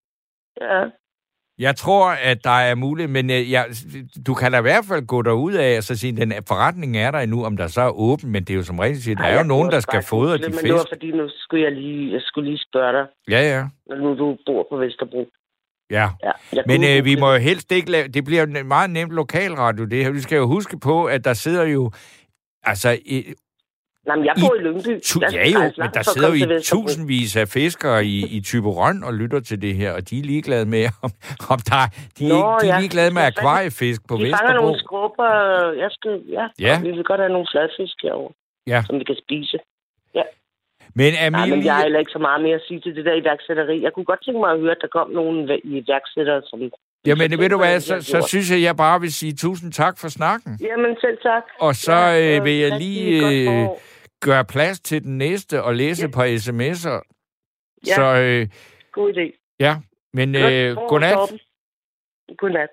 Ja. Jeg tror, at der er muligt, men jeg, du kan da i hvert fald gå derud af og så sige, at den forretning er der endnu, om der så er åben, men det er jo som regel siger, der er jo nogen, der skal fodre de fisk. Men det var fordi, nu skulle jeg lige, jeg skulle lige spørge dig. Ja, ja. Når nu du bor på Vesterbro. Ja, ja men øh, vi må jo helst ikke lave, det bliver en meget nemt lokalradio, det her. Vi skal jo huske på, at der sidder jo, altså... I, Nej, men jeg bor i, i Lyngby. Tu- ja jo, men der sidder jo i tusindvis af fiskere i, i Thyborøn og lytter til det her, og de er ligeglade med, om, om der de, Nå, de er ja. ligeglade med akvariefisk på de Vesterbro. De fanger nogle skrubber, jeg skal, ja, ja. vi vil godt have nogle fladfisk herovre, ja. som vi kan spise. Ja. Men Amelie... Nej, men jeg har heller ikke så meget mere at sige til det der iværksætteri. Jeg kunne godt tænke mig at høre, at der kom nogle iværksættere, som... Jamen, ved du hvad, så, så synes jeg, jeg bare vil sige tusind tak for snakken. Jamen, selv tak. Og så ja, øh, vil jeg lige... Øh, gøre plads til den næste og læse ja. på sms'er. Ja, så, øh, god idé. Ja, men øh, godnat. Godnat.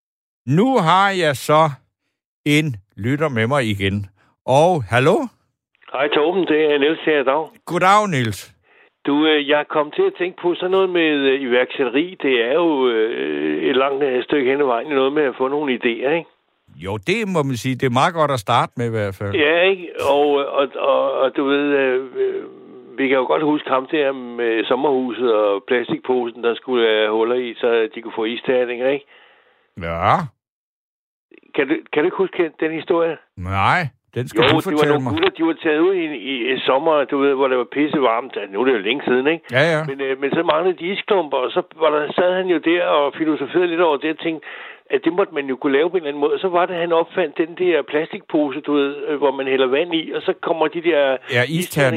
Nu har jeg så en lytter med mig igen. Og hallo? Hej Torben, det er Niels her i dag. Goddag, Niels. Du, øh, jeg kom til at tænke på sådan noget med øh, iværksætteri. Det er jo øh, et langt stykke hen ad vejen noget med at få nogle idéer, ikke? Jo, det må man sige. Det er meget godt at starte med i hvert fald. Ja, ikke? Og, og, og, og du ved, øh, vi kan jo godt huske ham der med sommerhuset og plastikposen, der skulle have huller i, så de kunne få isterninger, ikke? Ja. Kan du, kan du ikke huske den historie? Nej, den skal jo, du fortælle mig. Jo, det var nogle gutter, de var taget ud i, i, i sommer, du ved, hvor det var pisse varmt. Nu er det jo længe siden, ikke? Ja, ja. Men, øh, men så manglede de isklumper, og så var der, sad han jo der og filosoferede lidt over det og tænkte, at det måtte man jo kunne lave på en eller anden måde. Og så var det, at han opfandt den der plastikpose, du ved, hvor man hælder vand i, og så kommer de der... Ja, isterning.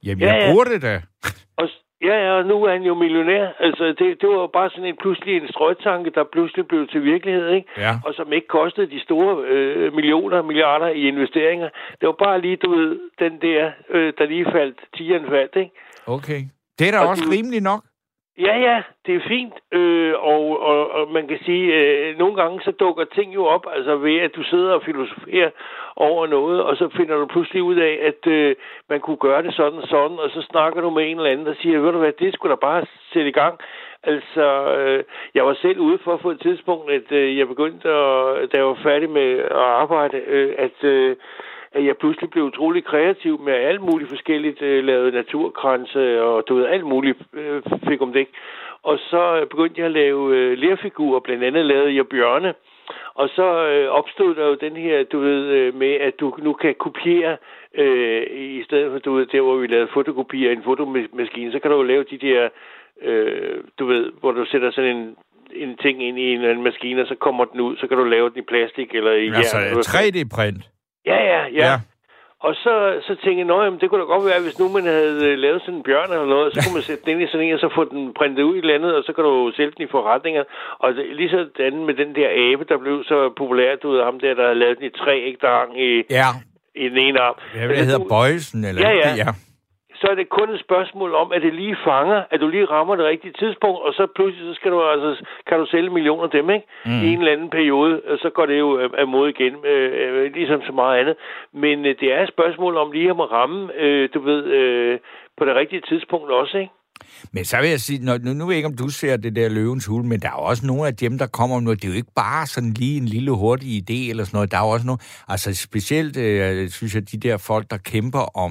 Jamen, jeg ja, ja. bruger det da. Og, ja, ja, og nu er han jo millionær. Altså, det, det var bare sådan en pludselig en strøtanke, der pludselig blev til virkelighed, ikke? Ja. Og som ikke kostede de store øh, millioner, milliarder i investeringer. Det var bare lige, du ved, den der, øh, der lige faldt, tieren faldt, ikke? Okay. Det er da og også du... rimeligt nok. Ja, ja, det er fint, øh, og, og, og man kan sige, øh, nogle gange så dukker ting jo op, altså ved at du sidder og filosoferer over noget, og så finder du pludselig ud af, at øh, man kunne gøre det sådan og sådan, og så snakker du med en eller anden, der siger, ved du hvad, det skulle da bare sætte i gang. Altså, øh, jeg var selv ude for på et tidspunkt, at øh, jeg begyndte, at, da jeg var færdig med at arbejde, øh, at... Øh, at jeg pludselig blev utrolig kreativ med alt muligt forskelligt, øh, lavet naturkranse og du ved, alt muligt øh, fik om det. Og så begyndte jeg at lave øh, lerfigurer, blandt andet lavede jeg bjørne. Og så øh, opstod der jo den her, du ved, øh, med at du nu kan kopiere, øh, i stedet for, du ved, der hvor vi lavede fotokopier i en fotomaskine, så kan du jo lave de der, øh, du ved, hvor du sætter sådan en en ting ind i en eller anden maskine, og så kommer den ud, så kan du lave den i plastik eller i jern. Altså tre D-print? Ja, ja, ja, ja. Og så, så tænkte jeg, nå, det kunne da godt være, hvis nu man havde lavet sådan en bjørn eller noget, så kunne man sætte den ind i sådan en, og så få den printet ud i et eller andet, og så kan du sælge den i forretninger. Og det, lige sådan med den der abe, der blev så populær, du ved, ham der, der havde lavet den i tre ægtang i, ja. i den ene arm. Ja, det hedder du... Bøjsen, eller ja, ja. Det, ja. Så er det kun et spørgsmål om, at det lige fanger, at du lige rammer det rigtige tidspunkt, og så pludselig så skal du altså, kan du sælge millioner af dem, ikke? Mm. I en eller anden periode, og så går det jo af mod igen, øh, ligesom så meget andet. Men øh, det er et spørgsmål om lige at ramme, øh, du ved, øh, på det rigtige tidspunkt også, ikke? Men så vil jeg sige, nu, nu ved jeg ikke, om du ser det der Løvens Hule, men der er også nogle af dem, der kommer om noget. Det er jo ikke bare sådan lige en lille hurtig idé eller sådan noget. Der er jo også nogle, altså specielt, øh, synes jeg, de der folk, der kæmper om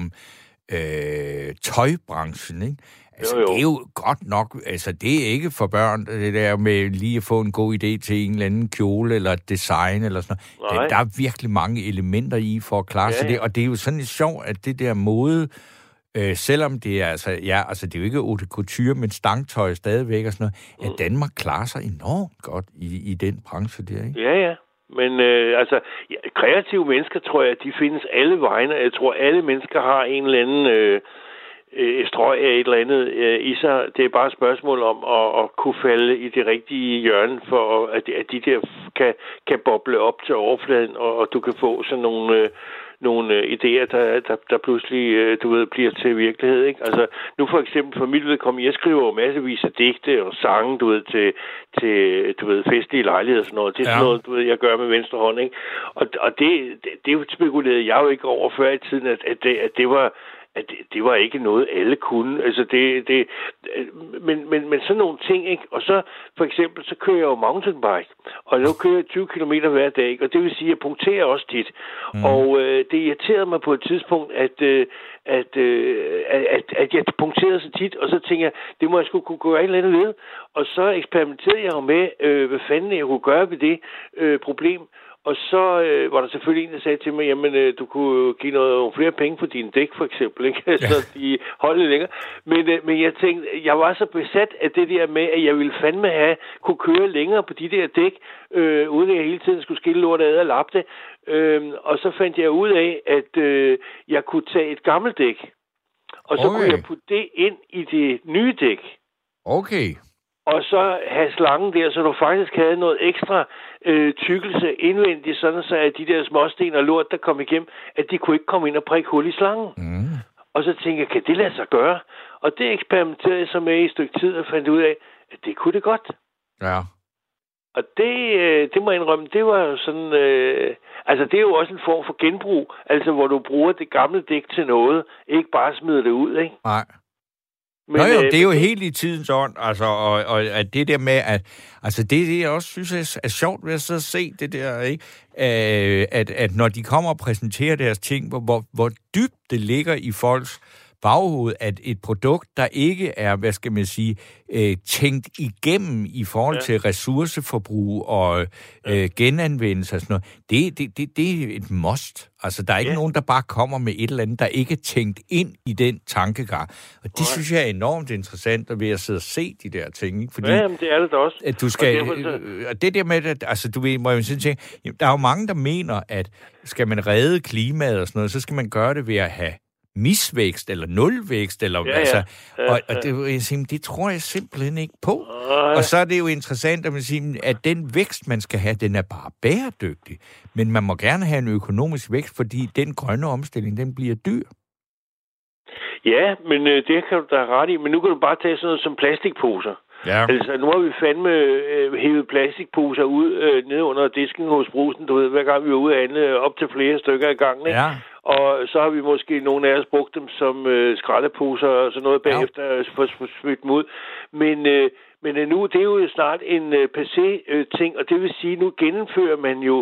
Øh, tøjbranchen, ikke? Altså, jo, jo. Det er jo godt nok, altså, det er ikke for børn, det der med lige at få en god idé til en eller anden kjole eller et design eller sådan noget. Der, der er virkelig mange elementer i for at klare sig ja, ja. det, og det er jo sådan lidt sjovt, at det der mode, øh, selvom det er, altså, ja, altså, det er jo ikke haute couture, men stangtøj stadigvæk og sådan noget, mm. at Danmark klarer sig enormt godt i, i den branche der, ikke? Ja, ja. Men øh, altså, ja, kreative mennesker, tror jeg, de findes alle vegne. Jeg tror, alle mennesker har en eller anden øh, øh, strøg af et eller andet øh, i sig. Det er bare et spørgsmål om at, at kunne falde i det rigtige hjørne, for at, at de der kan, kan boble op til overfladen, og, og du kan få sådan nogle... Øh, nogle øh, idéer, der, der, der pludselig, øh, du ved, bliver til virkelighed, ikke? Altså, nu for eksempel for mit vedkommende, jeg skriver jo massevis af digte og sange, du ved, til, til du ved, festlige lejligheder og sådan noget. Det er ja. sådan noget, du ved, jeg gør med venstre hånd, ikke? Og, og det, det, det spekulerede jeg jo ikke over før i tiden, at, at, det, at det var at det, det var ikke noget, alle kunne. Altså det, det, men, men, men sådan nogle ting, ikke? Og så for eksempel, så kører jeg jo mountainbike, og nu kører jeg tyve kilometer hver dag, ikke? Og det vil sige, at jeg punkterer også tit. Mm. Og øh, det irriterede mig på et tidspunkt, at, øh, at, øh, at, at jeg punkterede så tit, og så tænkte jeg, det må jeg sgu kunne gøre et eller andet ved. Og så eksperimenterede jeg jo med, øh, hvad fanden jeg kunne gøre ved det øh, problem. Og så øh, var der selvfølgelig en, der sagde til mig, jamen, øh, du kunne give noget flere penge for dine dæk, for eksempel, ikke? Ja. Så de holdt lidt længere. Men, øh, men jeg tænkte, jeg var så besat af det der med, at jeg ville fandme have, kunne køre længere på de der dæk, øh, uden at jeg hele tiden skulle skille lort ad og lappe det. Øh, og så fandt jeg ud af, at øh, jeg kunne tage et gammelt dæk, og så okay. kunne jeg putte det ind i det nye dæk. Okay. Og så have slangen der, så du faktisk havde noget ekstra øh, tykkelse indvendigt, sådan så at de der småsten og lort, der kom igennem, at de kunne ikke komme ind og prikke hul i slangen. Mm. Og så tænkte jeg, kan det lade sig gøre? Og det eksperimenterede jeg så med i et stykke tid og fandt ud af, at det kunne det godt. Ja. Og det, øh, det må jeg indrømme, det var jo sådan... Øh, altså, det er jo også en form for genbrug, altså hvor du bruger det gamle dæk til noget, ikke bare smider det ud, ikke? Nej. Men, Nå jo, det er jo helt i tidens ånd, altså, og, og at det der med, at altså det, det jeg også synes er, er sjovt ved at så se det der, ikke? Øh, at, at når de kommer og præsenterer deres ting, hvor, hvor, hvor dybt det ligger i folks baghoved, at et produkt, der ikke er, hvad skal man sige, øh, tænkt igennem i forhold ja. til ressourceforbrug og øh, genanvendelse og sådan noget, det, det, det, det er et must. Altså, der er ikke ja. nogen, der bare kommer med et eller andet, der ikke er tænkt ind i den tankegang. Og det ja. synes jeg er enormt interessant, at ved at sidde og se de der ting, ikke? Fordi, ja, jamen, det er det da også. At du skal, og, så... og det der med, at, altså, du ved, må jeg sige, der er jo mange, der mener, at skal man redde klimaet og sådan noget, så skal man gøre det ved at have misvækst, eller nulvækst, eller ja, altså... Ja, ja. Og, og det, jeg siger, det tror jeg simpelthen ikke på. Ja. Og så er det jo interessant, at man siger, at den vækst, man skal have, den er bare bæredygtig. Men man må gerne have en økonomisk vækst, fordi den grønne omstilling, den bliver dyr. Ja, men øh, det kan du da ret i. Men nu kan du bare tage sådan noget som plastikposer. Ja. Altså, nu har vi fandme øh, hævet plastikposer ud øh, nede under disken hos Brugsen, du ved, hver gang vi er ude at handle op til flere stykker i gangen, ikke? Ja. Og så har vi måske nogle af os brugt dem som øh, skraldeposer og sådan noget bagefter ja. for at smide dem ud. Men, øh, men nu, det er jo snart en øh, passé øh, ting, og det vil sige, nu gennemfører man jo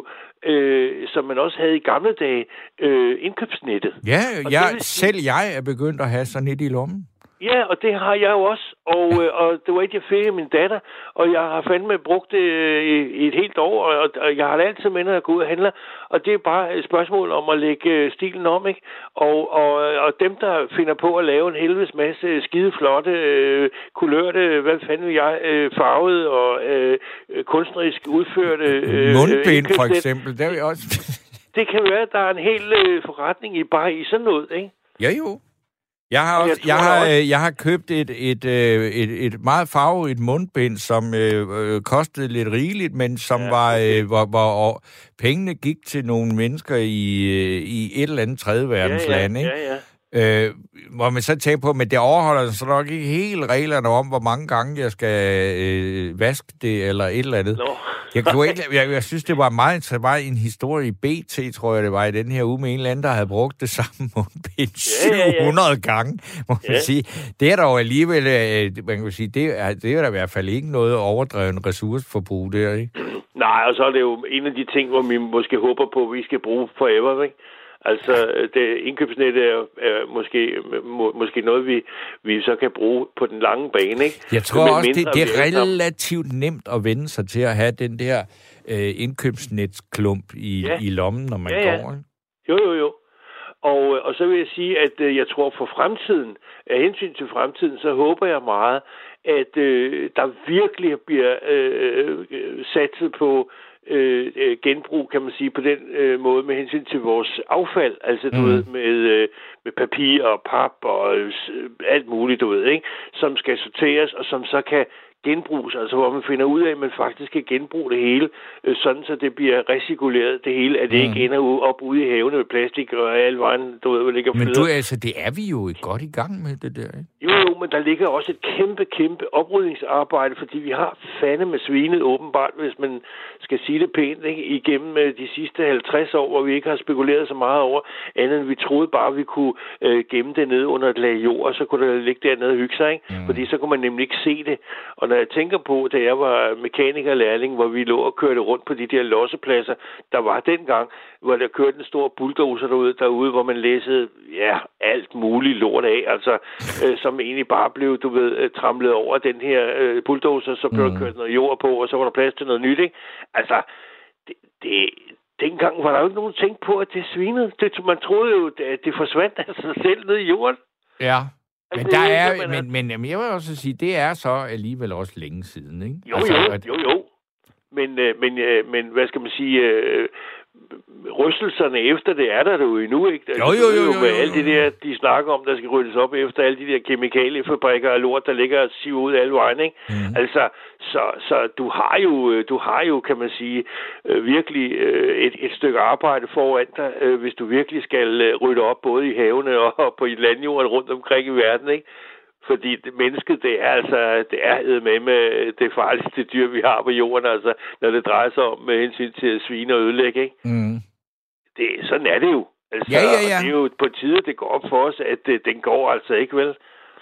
Øh, som man også havde i gamle dage, øh, indkøbsnettet. Ja, jeg, selv jeg er begyndt at have sådan et i lommen. Ja, og det har jeg jo også, og, øh, og det var et, jeg fik af min datter, og jeg har fandme brugt det øh, i, i et helt år, og, og jeg har det altid med, når jeg går ud og handler, og det er bare et spørgsmål om at lægge øh, stilen om, ikke? Og, og, og dem, der finder på at lave en helvedes masse skide flotte, øh, kulørte, hvad fanden vil jeg, øh, farvede og øh, kunstnerisk udførte... Øh, Mundbind, for eksempel, det er jo også... Det kan være, at der er en hel øh, forretning i bare i sådan noget, ikke? Ja, jo. Jeg har, også, jeg, jeg, har, også... jeg har købt et, et, et, et meget farverigt mundbind, som øh, kostede lidt rigeligt, men som ja, var, okay. øh, hvor, hvor pengene gik til nogle mennesker i, i et eller andet tredje verdensland. Ja, ja, ja, ja. Øh, hvor man så tænker på, men det overholder så nok ikke helt reglerne om, hvor mange gange jeg skal øh, vaske det, eller et eller andet. No. Jeg, kunne ikke, jeg, jeg synes, det var meget, så var en historie i B T, tror jeg, det var i den her uge, med en eller anden, der havde brugt det samme mundbind syv hundrede ja, ja, ja. gange, må man ja. sige. Det er dog alligevel, man kan sige, det er, det er der i hvert fald ikke noget overdreven ressourceforbrug der, ikke? Nej, og så er det jo en af de ting, hvor vi måske håber på, at vi skal bruge forever, ikke? Altså, det indkøbsnet er, er måske, må, måske noget, vi, vi så kan bruge på den lange bane, ikke? Jeg tror Men også, det, det er relativt nemt at vende sig til at have den der øh, indkøbsnetsklump i, ja. i lommen, når man ja, ja. går. Ikke? Jo, jo, jo. Og, og så vil jeg sige, at øh, jeg tror for fremtiden, af hensyn til fremtiden, så håber jeg meget, at øh, der virkelig bliver øh, satset på Øh, genbrug, kan man sige, på den øh, måde med hensyn til vores affald, altså du mm. ved, med, øh, med papir og pap og øh, alt muligt, du ved, ikke? Som skal sorteres, og som så kan genbruges, altså hvor man finder ud af, at man faktisk kan genbruge det hele, øh, sådan så det bliver recirkuleret det hele, at det mm. ikke ender op ude i havene med plastik og alle vejen, du ved, hvor ligger Men du, altså, det er vi jo godt i gang med, det der, ikke? Jo, jo, men der ligger også et kæmpe, kæmpe oprydningsarbejde, fordi vi har fandeme svinet åbenbart, hvis man skal sige det pænt, ikke? Igennem de sidste halvtreds år, hvor vi ikke har spekuleret så meget over, andet end vi troede bare, at vi kunne øh, gemme det nede under et lag jord, og så kunne det ligge dernede og hygge sig, ikke? Mm. Fordi så kunne man nemlig ikke se det. Og når jeg tænker på, da jeg var mekanikerlærling, hvor vi lå og kørte rundt på de der lossepladser, der var dengang, hvor der kørte en stor bulldozer derude, derude hvor man læssede, ja, alt muligt lort af, altså, øh, som egentlig bare blev, du ved, tramlet over den her øh, bulldozer, så blev mm. der kørt noget jord på, og så var der plads til noget nyt, ikke? Altså, det, det, dengang var der jo ikke nogen tænkt på, at det svinede. Det, man troede jo, at det forsvandt af sig selv ned i jorden. Ja. Men altså, der er, men, men, men jeg vil også sige, det er så alligevel også længe siden, ikke? Jo, altså, jo, at... jo, jo. Men, øh, men, øh, men hvad skal man sige, øh, rystelserne efter det er der jo endnu, ikke? Jo, jo, jo, jo, jo. Med alle de der, de snakker om, der skal ryddes op efter alle de der kemikaliefabrikker og lort, der ligger og siver ud alle vejen, ikke? Mm. Altså, så, så du har jo, du har jo, kan man sige, virkelig et, et stykke arbejde foran dig, hvis du virkelig skal rydde op både i havene og på landjorden rundt omkring i verden, ikke? Fordi det, mennesket, det er altså, det er med med det farligste dyr, vi har på jorden, altså, når det drejer sig om med hensyn til at svine og ødelægge, ikke? Mm. Det, sådan er det jo. Altså, ja, ja, ja. Det er jo på tide, det går op for os, at det, den går altså ikke, vel?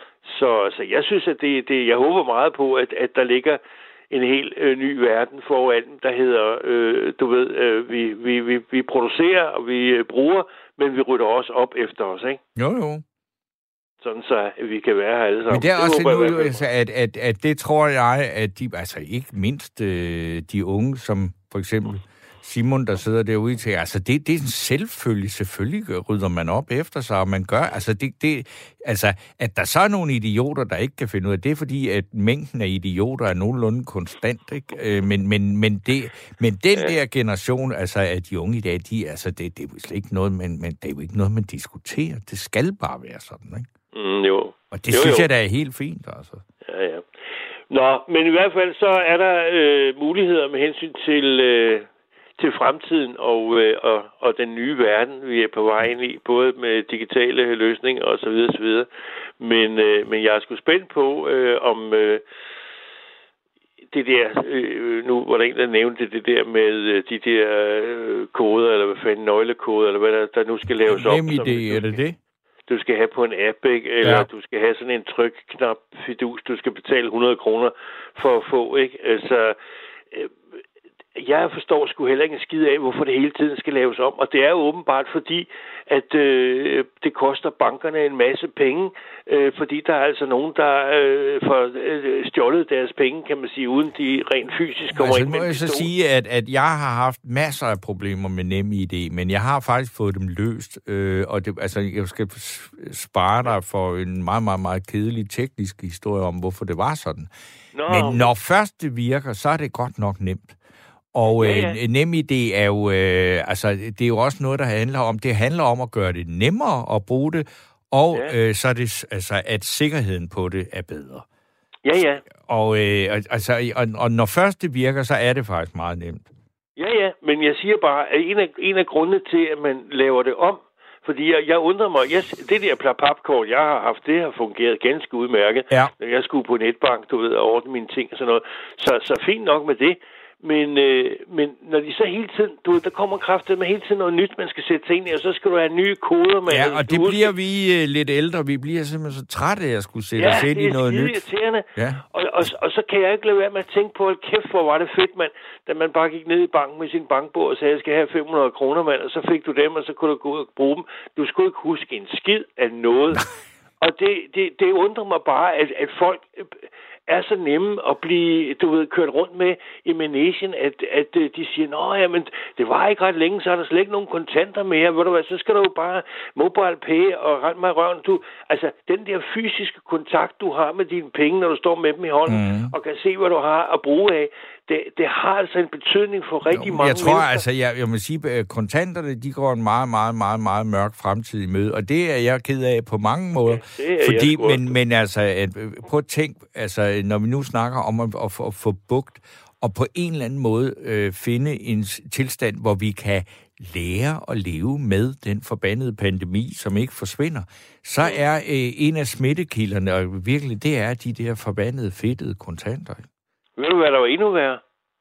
Så, så jeg synes, at det, det, jeg håber meget på, at, at der ligger en helt øh, ny verden foran, der hedder, øh, du ved, øh, vi, vi, vi, vi producerer, og vi øh, bruger, men vi rydder også op efter os, ikke? Jo, jo. Sådan så vi kan være her alle sammen. Men det er det også nu, altså, at, at, at det tror jeg, at de, altså ikke mindst øh, de unge, som for eksempel Simon, der sidder derude til, altså det, det er en selvfølge, selvfølgelig rydder man op efter sig, og man gør, altså det, det, altså at der så er nogle idioter, der ikke kan finde ud af det, er fordi, at mængden af idioter er nogenlunde konstant, ikke? Men, men, men, det, men den ja. der generation, altså af de unge i dag, de, altså det, det er jo slet ikke noget, men, men det er jo ikke noget, man diskuterer. Det skal bare være sådan, ikke? Mm, jo. Og det jo, synes jo. jeg, der er helt fint, altså. Ja, ja. Nå, men i hvert fald så er der øh, muligheder med hensyn til, øh, til fremtiden og, øh, og, og den nye verden, vi er på vej ind i, både med digitale løsninger og så videre, så videre. Men, øh, men jeg er sgu spændt på, øh, om øh, det der, øh, nu var der en, der nævnte det der med øh, de der øh, koder, eller hvad fanden, nøglekoder, eller hvad der, der nu skal laves om. Nemlig, er det det? Du skal have på en app, ikke? Eller ja. du skal have sådan en trykknap fidus, du skal betale hundrede kroner for at få, ikke? Altså, øh, jeg forstår sgu heller ikke en skid af, hvorfor det hele tiden skal laves om, og det er jo åbenbart fordi, at øh, det koster bankerne en masse penge, øh, fordi der er altså nogen, der øh, får øh, stjålet deres penge, kan man sige, uden de rent fysisk kommer altså, ind med må jeg så sige, at, at jeg har haft masser af problemer med NemID, men jeg har faktisk fået dem løst, øh, og det, altså, jeg skal spare dig for en meget, meget, meget kedelig teknisk historie om, hvorfor det var sådan. Nå. Men når først det virker, så er det godt nok nemt. Og ja, ja. Øh, NemID er jo, øh, altså, det er jo også noget, der handler om, det handler om at gøre det nemmere at bruge det, og ja. øh, så er det, altså, at sikkerheden på det er bedre. Ja, ja. Og, øh, altså, og, og når først det virker, så er det faktisk meget nemt. Ja, ja, men jeg siger bare, at en af, en af grundene til, at man laver det om, fordi jeg, jeg undrer mig, jeg, det der plapapkort, jeg har haft, det har fungeret ganske udmærket, ja. når jeg skulle på netbank, du ved, og ordne mine ting og sådan noget. Så, så fint nok med det. Men, øh, men når de så hele tiden, du ved, der kommer kraftigt med hele tiden noget nyt, man skal sætte ting i, og så skal du have nye koder med. Ja, og det bliver vi øh, lidt ældre, vi bliver simpelthen så trætte af at skulle sætte ja, os ind i noget nyt. Irriterende. Ja, og, og, og så kan jeg ikke lade være med at tænke på, at kæft, hvor var det fedt, mand, da man bare gik ned i banken med sin bankbog og sagde, jeg skal have fem hundrede kroner, mand, og så fik du dem, og så kunne du gå ud og bruge dem. Du skulle ikke huske en skid af noget. Og det, det, det undrer mig bare, at, at folk er så nemme at blive, du ved, kørt rundt med i managen, at, at de siger, nå ja, men det var ikke ret længe, så er der slet ikke nogen kontanter mere, ved du hvad, så skal du jo bare mobile pay og rende mig i røven. Du, altså, den der fysiske kontakt, du har med dine penge, når du står med dem i hånden, mm. og kan se, hvad du har at bruge af, det, det har altså en betydning for rigtig jo, mange jeg tror, mennesker. altså, jeg, jeg må sige, at kontanterne, de går en meget, meget, meget, meget mørk fremtid i møde, og det er jeg ked af på mange måder. Ja, fordi, men, men altså, at, prøv at tænk, altså, når vi nu snakker om at, at, at få bugt, og på en eller anden måde øh, finde en tilstand, hvor vi kan lære at leve med den forbandede pandemi, som ikke forsvinder, så er øh, en af smittekilderne, og virkelig, det er de der forbandede fedtede kontanter. Ved du, hvad der var endnu værre?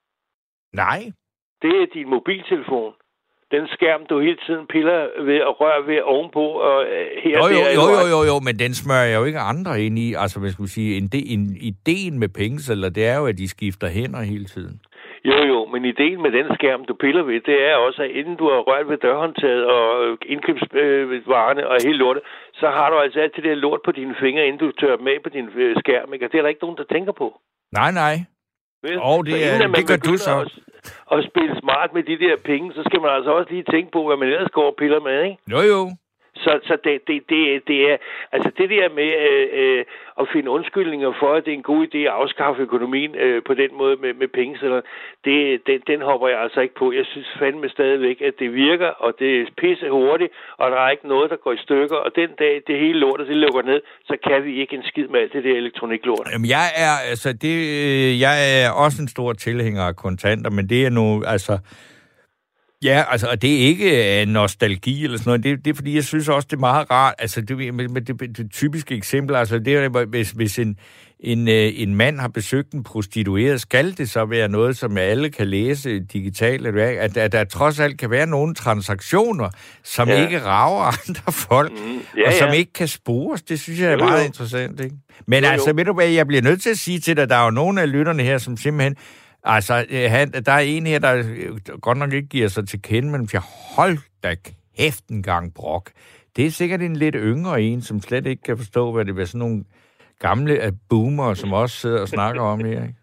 Nej. Det er din mobiltelefon. Den skærm, du hele tiden piller ved og rører ved ovenpå. Og her jo, jo, der, jo, jo, jo, jo, men den smører jeg jo ikke andre ind i. Altså, hvad skal vi sige, en, en, ideen med pengesedler, det er jo, at de skifter hænder hele tiden. Jo, jo, men ideen med den skærm, du piller ved, det er også, at inden du har rørt ved dørhåndtaget og indkøbsvarerne øh, og hele lortet, så har du altså alt det der lort på dine fingre, inden du tørrer dem af på din øh, skærm, ikke? Og det er der ikke nogen, der tænker på. Nej, nej. Åh, oh, det, er, det gør du så. At, at spille smart med de der penge, så skal man altså også lige tænke på, hvad man ellers går og piller med, ikke? Jo, jo. Så, så det, det, det, det er, altså det der med øh, øh, at finde undskyldninger for, at det er en god idé at afskaffe økonomien øh, på den måde med, med pengesedler, det, det, den hopper jeg altså ikke på. Jeg synes fandme stadigvæk, at det virker, og det er pisse hurtigt, og der er ikke noget, der går i stykker, og den dag det hele lortet, det lukker ned, så kan vi ikke en skid med alt det der elektroniklort. Jamen jeg er, altså det, jeg er også en stor tilhænger af kontanter, men det er nu, altså... Ja, altså, og det er ikke nostalgi eller sådan noget. Det, det er, fordi jeg synes også, det er meget rart. Altså, det, med, med det, det, det typiske eksempel, altså, det er, hvis, hvis en, en, en mand har besøgt en prostitueret, skal det så være noget, som alle kan læse digitalt, at, at der trods alt kan være nogle transaktioner, som ja. ikke rager andre folk, mm, ja, og som ja. ikke kan spores. Det synes jeg er jo, meget jo. interessant, ikke? Men jo, altså, jo. ved du hvad, jeg bliver nødt til at sige til dig, der er jo nogle af lytterne her, som simpelthen... Altså, han, der er en her, der godt nok ikke giver sig til kende, men jeg hold da kæft en gang brok. Det er sikkert en lidt yngre en, som slet ikke kan forstå, hvad det er sådan nogle gamle boomer, som også sidder og snakker om her, ikke?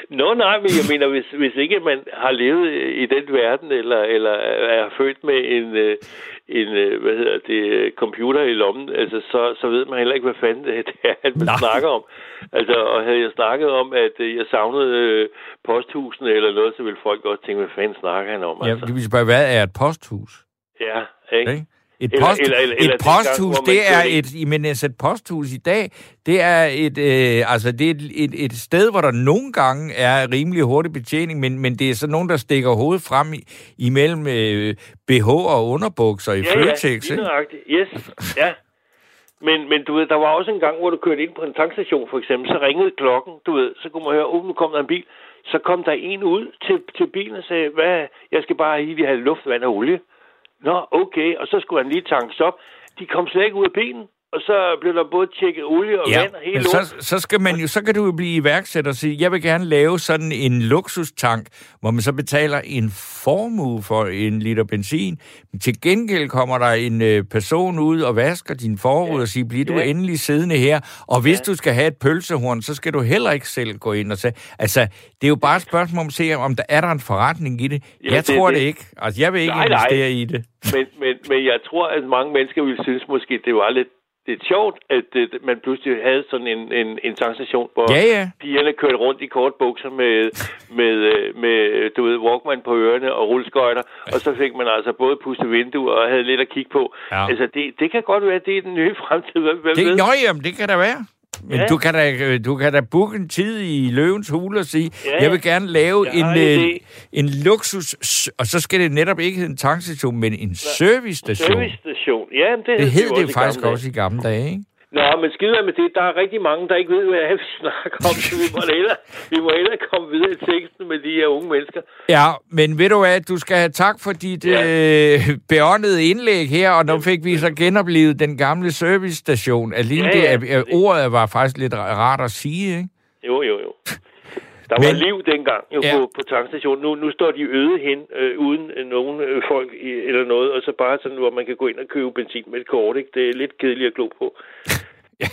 Nå, nej, men jeg mener, hvis, hvis ikke man har levet i den verden, eller, eller er født med en, en, hvad hedder det, computer i lommen, altså, så, så ved man heller ikke, hvad fanden det er, at man Nej. snakker om. Altså, og havde jeg snakket om, at jeg savnede posthusene eller noget, så ville folk godt tænke, hvad fanden snakker han om? Altså. Ja, vi spørge, hvad er et posthus? Ja, ikke? Okay. Et, post, eller, eller, eller, et posthus, gang, det er et, men altså et posthus i dag, det er et, øh, altså det er et, et, et sted, hvor der nogle gange er rimelig hurtig betjening, men, men det er så nogen, der stikker hovedet frem i, imellem øh, B H og underbukser i ja, Føtex, ja, ikke? Yes, ja. Men, men du ved, der var også en gang, hvor du kørte ind på en tankstation, for eksempel, så ringede klokken, du ved, så kunne man høre, oh, nu kom der en bil, så kom der en ud til, til bilen og sagde, hvad, jeg skal bare have, vi have luft, vand og olie. Nå, okay, og så skulle han lige tankes op. De kom slet ikke ud af bilen, og så blev der både tjekket olie og ja, vand og hele men så, så skal man jo, så kan du jo blive iværksætter og sige, jeg vil gerne lave sådan en luksustank, hvor man så betaler en formue for en liter benzin. Men til gengæld kommer der en øh, person ud og vasker din forrude ja. og siger, bliver du ja. endelig siddende her? Og hvis ja. du skal have et pølsehorn, så skal du heller ikke selv gå ind og sige, altså, det er jo bare et spørgsmål om at se, om der er der en forretning i det. Ja, jeg det, tror det, det ikke. Altså, jeg vil ikke nej, investere nej. i det. Men, men, men jeg tror, at mange mennesker ville synes måske, det var lidt det er sjovt, at det, man pludselig havde sådan en, en, en tankstation, hvor ja, ja. pigerne kørte rundt i kort bukser med, med, med, du ved, Walkman på ørerne og rulleskøjter, ja. og så fik man altså både puste vinduer og havde lidt at kigge på. Ja. Altså, det, det kan godt være, at det er den nye fremtid. Hvad det, nå, jamen, det kan da være. Men ja. du, kan da, du kan da booke en tid i Løvens Hule og sige, ja, ja. jeg vil gerne lave en, en, en luksus, og så skal det netop ikke hedde en tankstation, men en servicestation. Servicestation, ja. Det, det hed det, det faktisk også i gamle dage, ikke? Nå, men skidt med det. Der er rigtig mange, der ikke ved, hvad jeg snakker om. Så vi må hellere, vi må hellere komme videre i teksten med de her unge mennesker. Ja, men ved du hvad, du skal have tak for dit ja. øh, beåndede indlæg her, og nu fik vi så genoplevet den gamle servicestation. Alene ja, ja. det, at ordet var faktisk lidt rart at sige, ikke? Jo, jo, jo. Der var men, liv dengang jo, ja. på, på tankstationen. Nu, nu står de øde hen, øh, uden øh, nogen øh, folk i, eller noget, og så bare sådan, hvor man kan gå ind og købe benzin med et kort, ikke? Det er lidt kedeligt at glo på. Ja.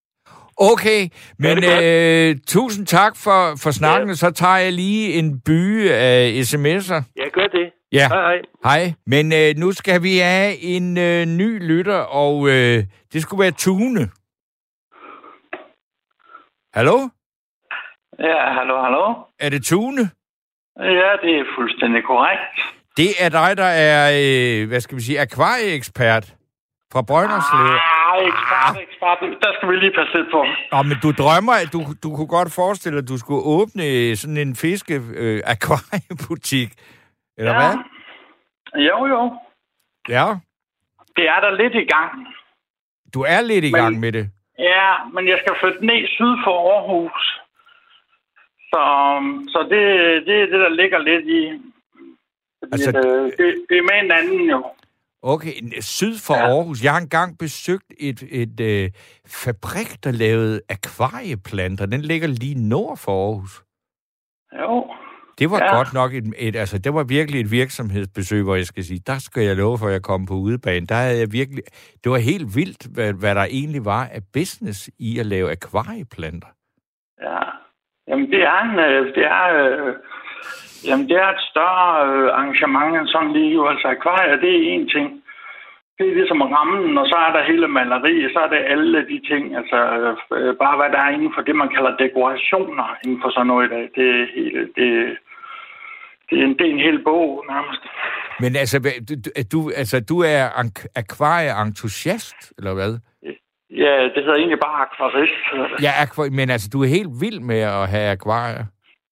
Okay, men øh, tusind tak for, for snakken, ja. Så tager jeg lige en byge af sms'er. Ja, gør det. Ja. Hej, hej. Hej. Men øh, nu skal vi have en øh, ny lytter, og øh, det skulle være Tune. Hallo? Ja, hallo, hallo. Er det Tune? Ja, det er fuldstændig korrekt. Det er dig, der er, øh, hvad skal vi sige, akvarieekspert fra Brønderslev. Ah, ekspert, ekspert. Der skal vi lige passe lidt på. Nå, men du drømmer, du, du kunne godt forestille dig, at du skulle åbne sådan en fiske øh, akvariebutik, eller ja. hvad? Jo, jo. Ja. Det er der lidt i gang. Du er lidt i men, gang med det? Ja, men jeg skal flytte ned syd for Aarhus. Så, så det, det er det, der ligger lidt i. Altså, det, det, det er med en anden, jo. Okay, syd for ja. Aarhus. Jeg har engang besøgt et, et, et øh, fabrik, der lavede akvarieplanter. Den ligger lige nord for Aarhus. Jo. Det var ja. godt nok et, et, altså det var virkelig et virksomhedsbesøg, hvor jeg skal sige, der skal jeg love for, at jeg kom på udebane. Der havde jeg virkelig, det var helt vildt, hvad, hvad der egentlig var af business i at lave akvarieplanter. Ja. Jamen, det er, en, det er, øh, jamen, det er et større øh, arrangement end sådan lige. Altså, akvarier, det er én ting. Det er ligesom rammen, og så er der hele maleriet, så er det alle de ting. Altså, øh, bare hvad der er inden for det, man kalder dekorationer inden for sådan noget i dag. Det er hele, det, det, er en, det er en hel bog, nærmest. Men altså, du, altså, du er akvarieentusiast, eller hvad? Ja, det hedder egentlig bare akvarist. Ja, akvar- men altså, du er helt vild med at have akvarier.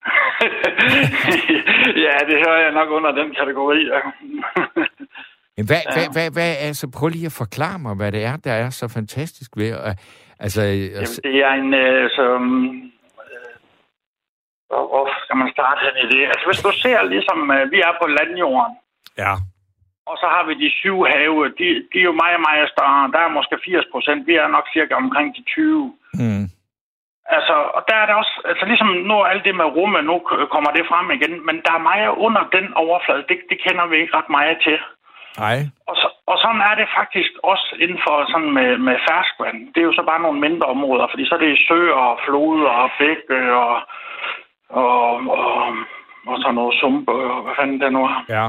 Ja, det hører jeg nok under den kategori. Ja. Men hvad, ja. hvad, hvad, hvad, altså, prøv lige at forklare mig, hvad det er, der er så fantastisk ved at... Altså, Jamen, det er en... Øh, så, øh, hvor skal man starte hen i det? Altså, hvis du ser, ligesom, øh, vi er på landjorden. Ja. Og så har vi de syv have. De, de er jo meget, meget større. Der er måske firs procent. Vi er nok cirka omkring de tyve. Mm. Altså, og der er det også... Altså, ligesom nu alt det med rummet, nu kommer det frem igen. Men der er meget under den overflade. Det, det kender vi ikke ret meget til. Nej. Og, så, og sådan er det faktisk også inden for sådan med, med ferskvand. Det er jo så bare nogle mindre områder. Fordi så er det søer og floder og bække og... og, og, og så noget sumpe, og hvad fanden det nu er. Ja.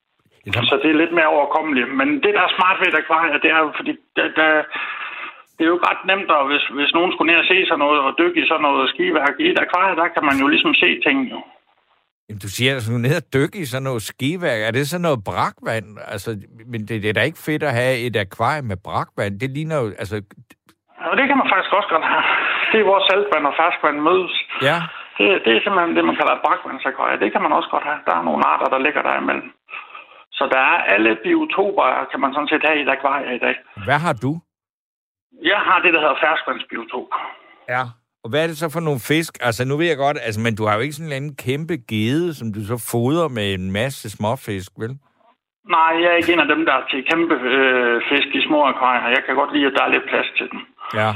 Så det er lidt mere overkommeligt. Men det, der er smart ved et akvarie, det er jo, fordi det, det, det er jo ret nemt, at hvis, hvis nogen skulle ned og se sådan noget, og dykke i sådan noget skiværk i et akvarie, der kan man jo ligesom se ting, jo. Jamen, du siger, at du er nede og dykke i sådan noget skiværk. Er det sådan noget brakvand? Altså, men det, det er da ikke fedt at have et akvarie med brakvand. Det ligner jo, altså... Ja, det kan man faktisk også godt have. Det er, hvor saltvand og ferskvand mødes. Ja. Det, det er simpelthen det, man kalder et brakvandsakvarie. Det kan man også godt have. Der er nogle arter, der ligger der imellem. Så der er alle biotoper, kan man sådan set have i et akvarie i dag. Hvad har du? Jeg har det, der hedder ferskvandsbiotop. Ja. Og hvad er det så for nogle fisk? Altså, nu ved jeg godt, altså, men du har jo ikke sådan en anden kæmpe gede, som du så fodrer med en masse småfisk, vel? Nej, jeg er ikke en af dem, der er til kæmpe øh, fisk i små akvarier. Jeg kan godt lide, at der er lidt plads til dem. Ja.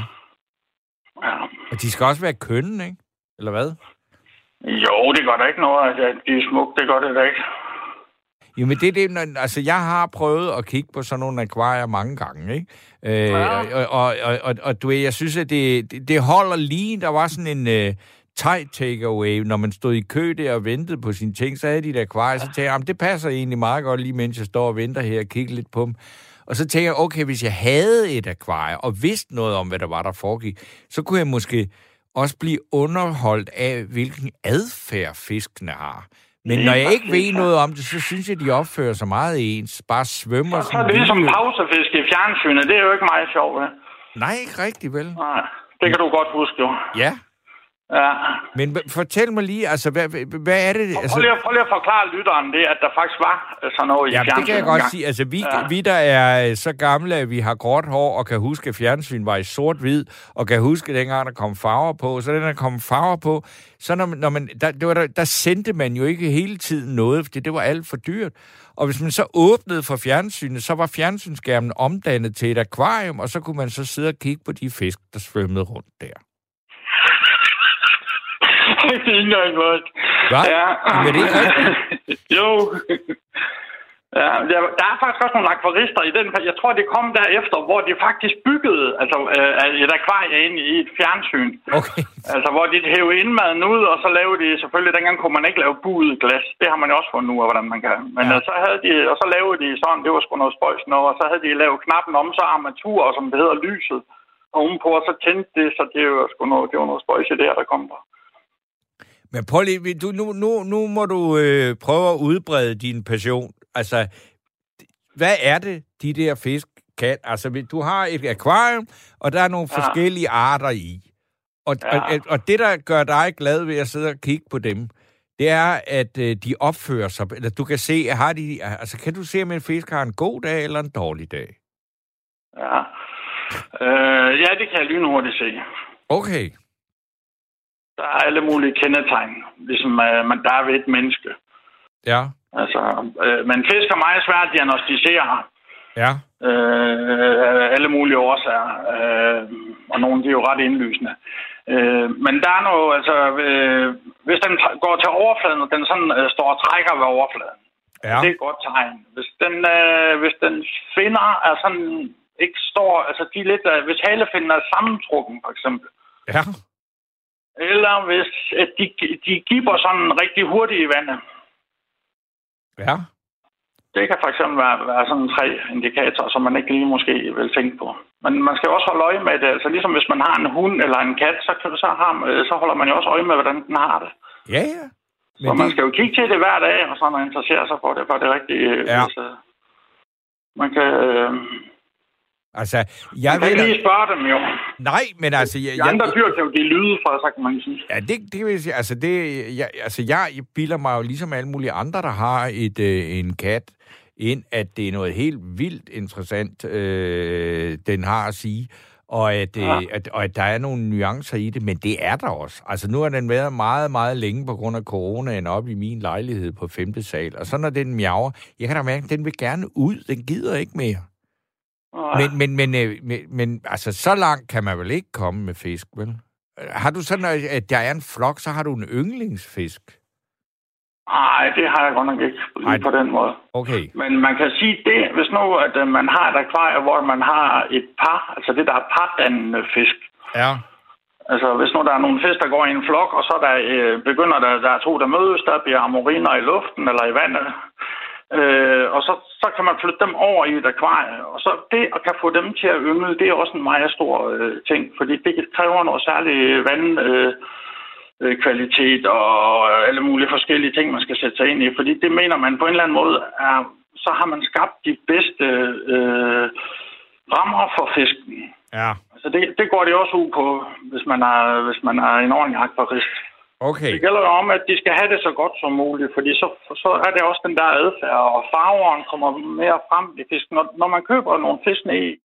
Ja. Og de skal også være kønne, ikke? Eller hvad? Jo, det gør der ikke noget, at de er smukke. Det gør det da ikke. Jo, men det er det, altså jeg har prøvet at kigge på sådan nogle akvarier mange gange, ikke? Øh, ja. og, og, og, og, og du ved, jeg synes, at det, det, det holder lige, der var sådan en uh, tight takeaway, når man stod i kø der og ventede på sine ting, så havde de der akvarier, så tænkte jeg, det passer egentlig meget godt lige, mens jeg står og venter her og kigger lidt på dem. Og så tænker jeg, okay, hvis jeg havde et akvarie og vidste noget om, hvad der var, der foregik, så kunne jeg måske også blive underholdt af, hvilken adfærd fiskene har. Men når jeg ikke ved noget om det, så synes jeg, de opfører sig meget ens. Bare svømmer sådan. Så er det ligesom pausefisk i fjernsynet. Det er jo ikke meget sjovt, ja? Nej, ikke rigtigt, vel? Nej, det kan du godt huske, jo. Ja. Ja. Men fortæl mig lige, altså, hvad, hvad er det? Altså... Prøv, lige, prøv lige at forklare lytteren det, at der faktisk var sådan noget i ja, fjernsynet. det kan jeg godt sige. Altså, vi, ja. vi, der er så gamle, at vi har gråt hår og kan huske, at fjernsyn var i sort-hvid, og kan huske, dengang der kom farver på. Så den der kom farver på, så når man, når man, der, det var der, der sendte man jo ikke hele tiden noget, fordi det var alt for dyrt. Og hvis man så åbnede for fjernsynet, så var fjernsynsskærmen omdannet til et akvarium, og så kunne man så sidde og kigge på de fisk, der svømmede rundt der. Det er ikke noget godt. Hvad? Ja. Men det er ikke rigtigt. Jo. Ja, der er faktisk også nogle akvarister i den. Jeg tror, det kom derefter, hvor de faktisk byggede altså, et akvarie ind i et fjernsyn. Okay. Altså, hvor de hævde indmaden ud, og så lavede de selvfølgelig, dengang kunne man ikke lave buet glas. Det har man jo også fundet nu af, hvordan man kan. Men ja. så havde de, og så lavede de sådan, det var sgu noget spøjs noget, og så havde de lavet knappen om, så armatur, som det hedder, lyset ovenpå, og så tændte det, så det var sgu noget, det var noget spøjs i det her, der kom der. Men prøv lige, du, nu, nu, nu må du øh, prøve at udbrede din passion. Altså, hvad er det, de der fisk kan? Altså, du har et akvarium, og der er nogle ja. forskellige arter i. Og, ja. og, og det, der gør dig glad ved at sidde og kigge på dem, det er, at øh, de opfører sig. Eller du kan se, har de, altså, kan du se, om en fisk har en god dag eller en dårlig dag? Ja, øh, ja det kan jeg lynhurtigt se. Okay. Der er alle mulige kendetegn, ligesom øh, man der er ved et menneske. Ja. Altså, øh, men fisk er meget svært at diagnostisere. Ja. Øh, alle mulige årsager. Øh, og nogle, de er jo ret indlysende. Øh, men der er noget, altså, øh, hvis den går til overfladen, og den sådan øh, står og trækker ved overfladen. Ja. Det er et godt tegn. Hvis den, øh, hvis den finder er sådan, ikke står, altså de er lidt, øh, hvis halefinden er sammentrukken, for eksempel. Ja. Eller hvis at de, de giver sådan rigtig hurtigt i vandet. Ja. Det kan fx være, være sådan tre indikatorer, som man ikke lige måske vil tænke på. Men man skal også holde øje med det. Altså ligesom hvis man har en hund eller en kat, så, kan, så, har, så holder man jo også øje med, hvordan den har det. Ja, ja. Men så det... man skal jo kigge til det hver dag, og sådan og interessere sig for det, for det er rigtigt. Ja. Altså, man kan... Øh, Altså, jeg man kan ikke lige spørge dem jo. Nej, men altså... Jeg, De andre dyr kan jo give lyde fra, så kan man sige. Ja, det, det vil sige, altså, det, jeg, altså, jeg bilder mig jo ligesom alle mulige andre, der har et, øh, en kat, ind, at det er noget helt vildt interessant, øh, den har at sige, og at, ja. øh, at, og at der er nogle nuancer i det, men det er der også. Altså, nu har den været meget, meget længe på grund af coronaen op i min lejlighed på femte sal, og så når den miaver, jeg kan da mærke, at den vil gerne ud, den gider ikke mere. Men, men, men, men, men altså, så langt kan man vel ikke komme med fisk, vel? Har du sådan, at der er en flok, så har du en yndlingsfisk? Nej, det har jeg godt nok ikke lige på den måde. Okay. Men man kan sige det, hvis nu at man har et akvarie, hvor man har et par, altså det der er pardannende fisk. Ja. Altså, hvis nu der er nogle fisk, der går i en flok, og så der, øh, begynder der, der er to, der mødes, der bliver amoriner i luften eller i vandet, øh, og så, så kan man flytte dem over i et akvarie. Og så det at kan få dem til at yngle, det er også en meget stor øh, ting, fordi det kræver noget særligt vand... Øh, kvalitet og alle mulige forskellige ting, man skal sætte sig ind i. Fordi det mener man på en eller anden måde, er, så har man skabt de bedste øh, rammer for fisken. Ja. Altså det, det går det også ud på, hvis man er, hvis man er en ordentlig akvarist. Okay. Det gælder jo om, at de skal have det så godt som muligt, fordi så, så er det også den der adfærd, og farveren kommer mere frem i fisken. Når, når man køber nogle fisk ned i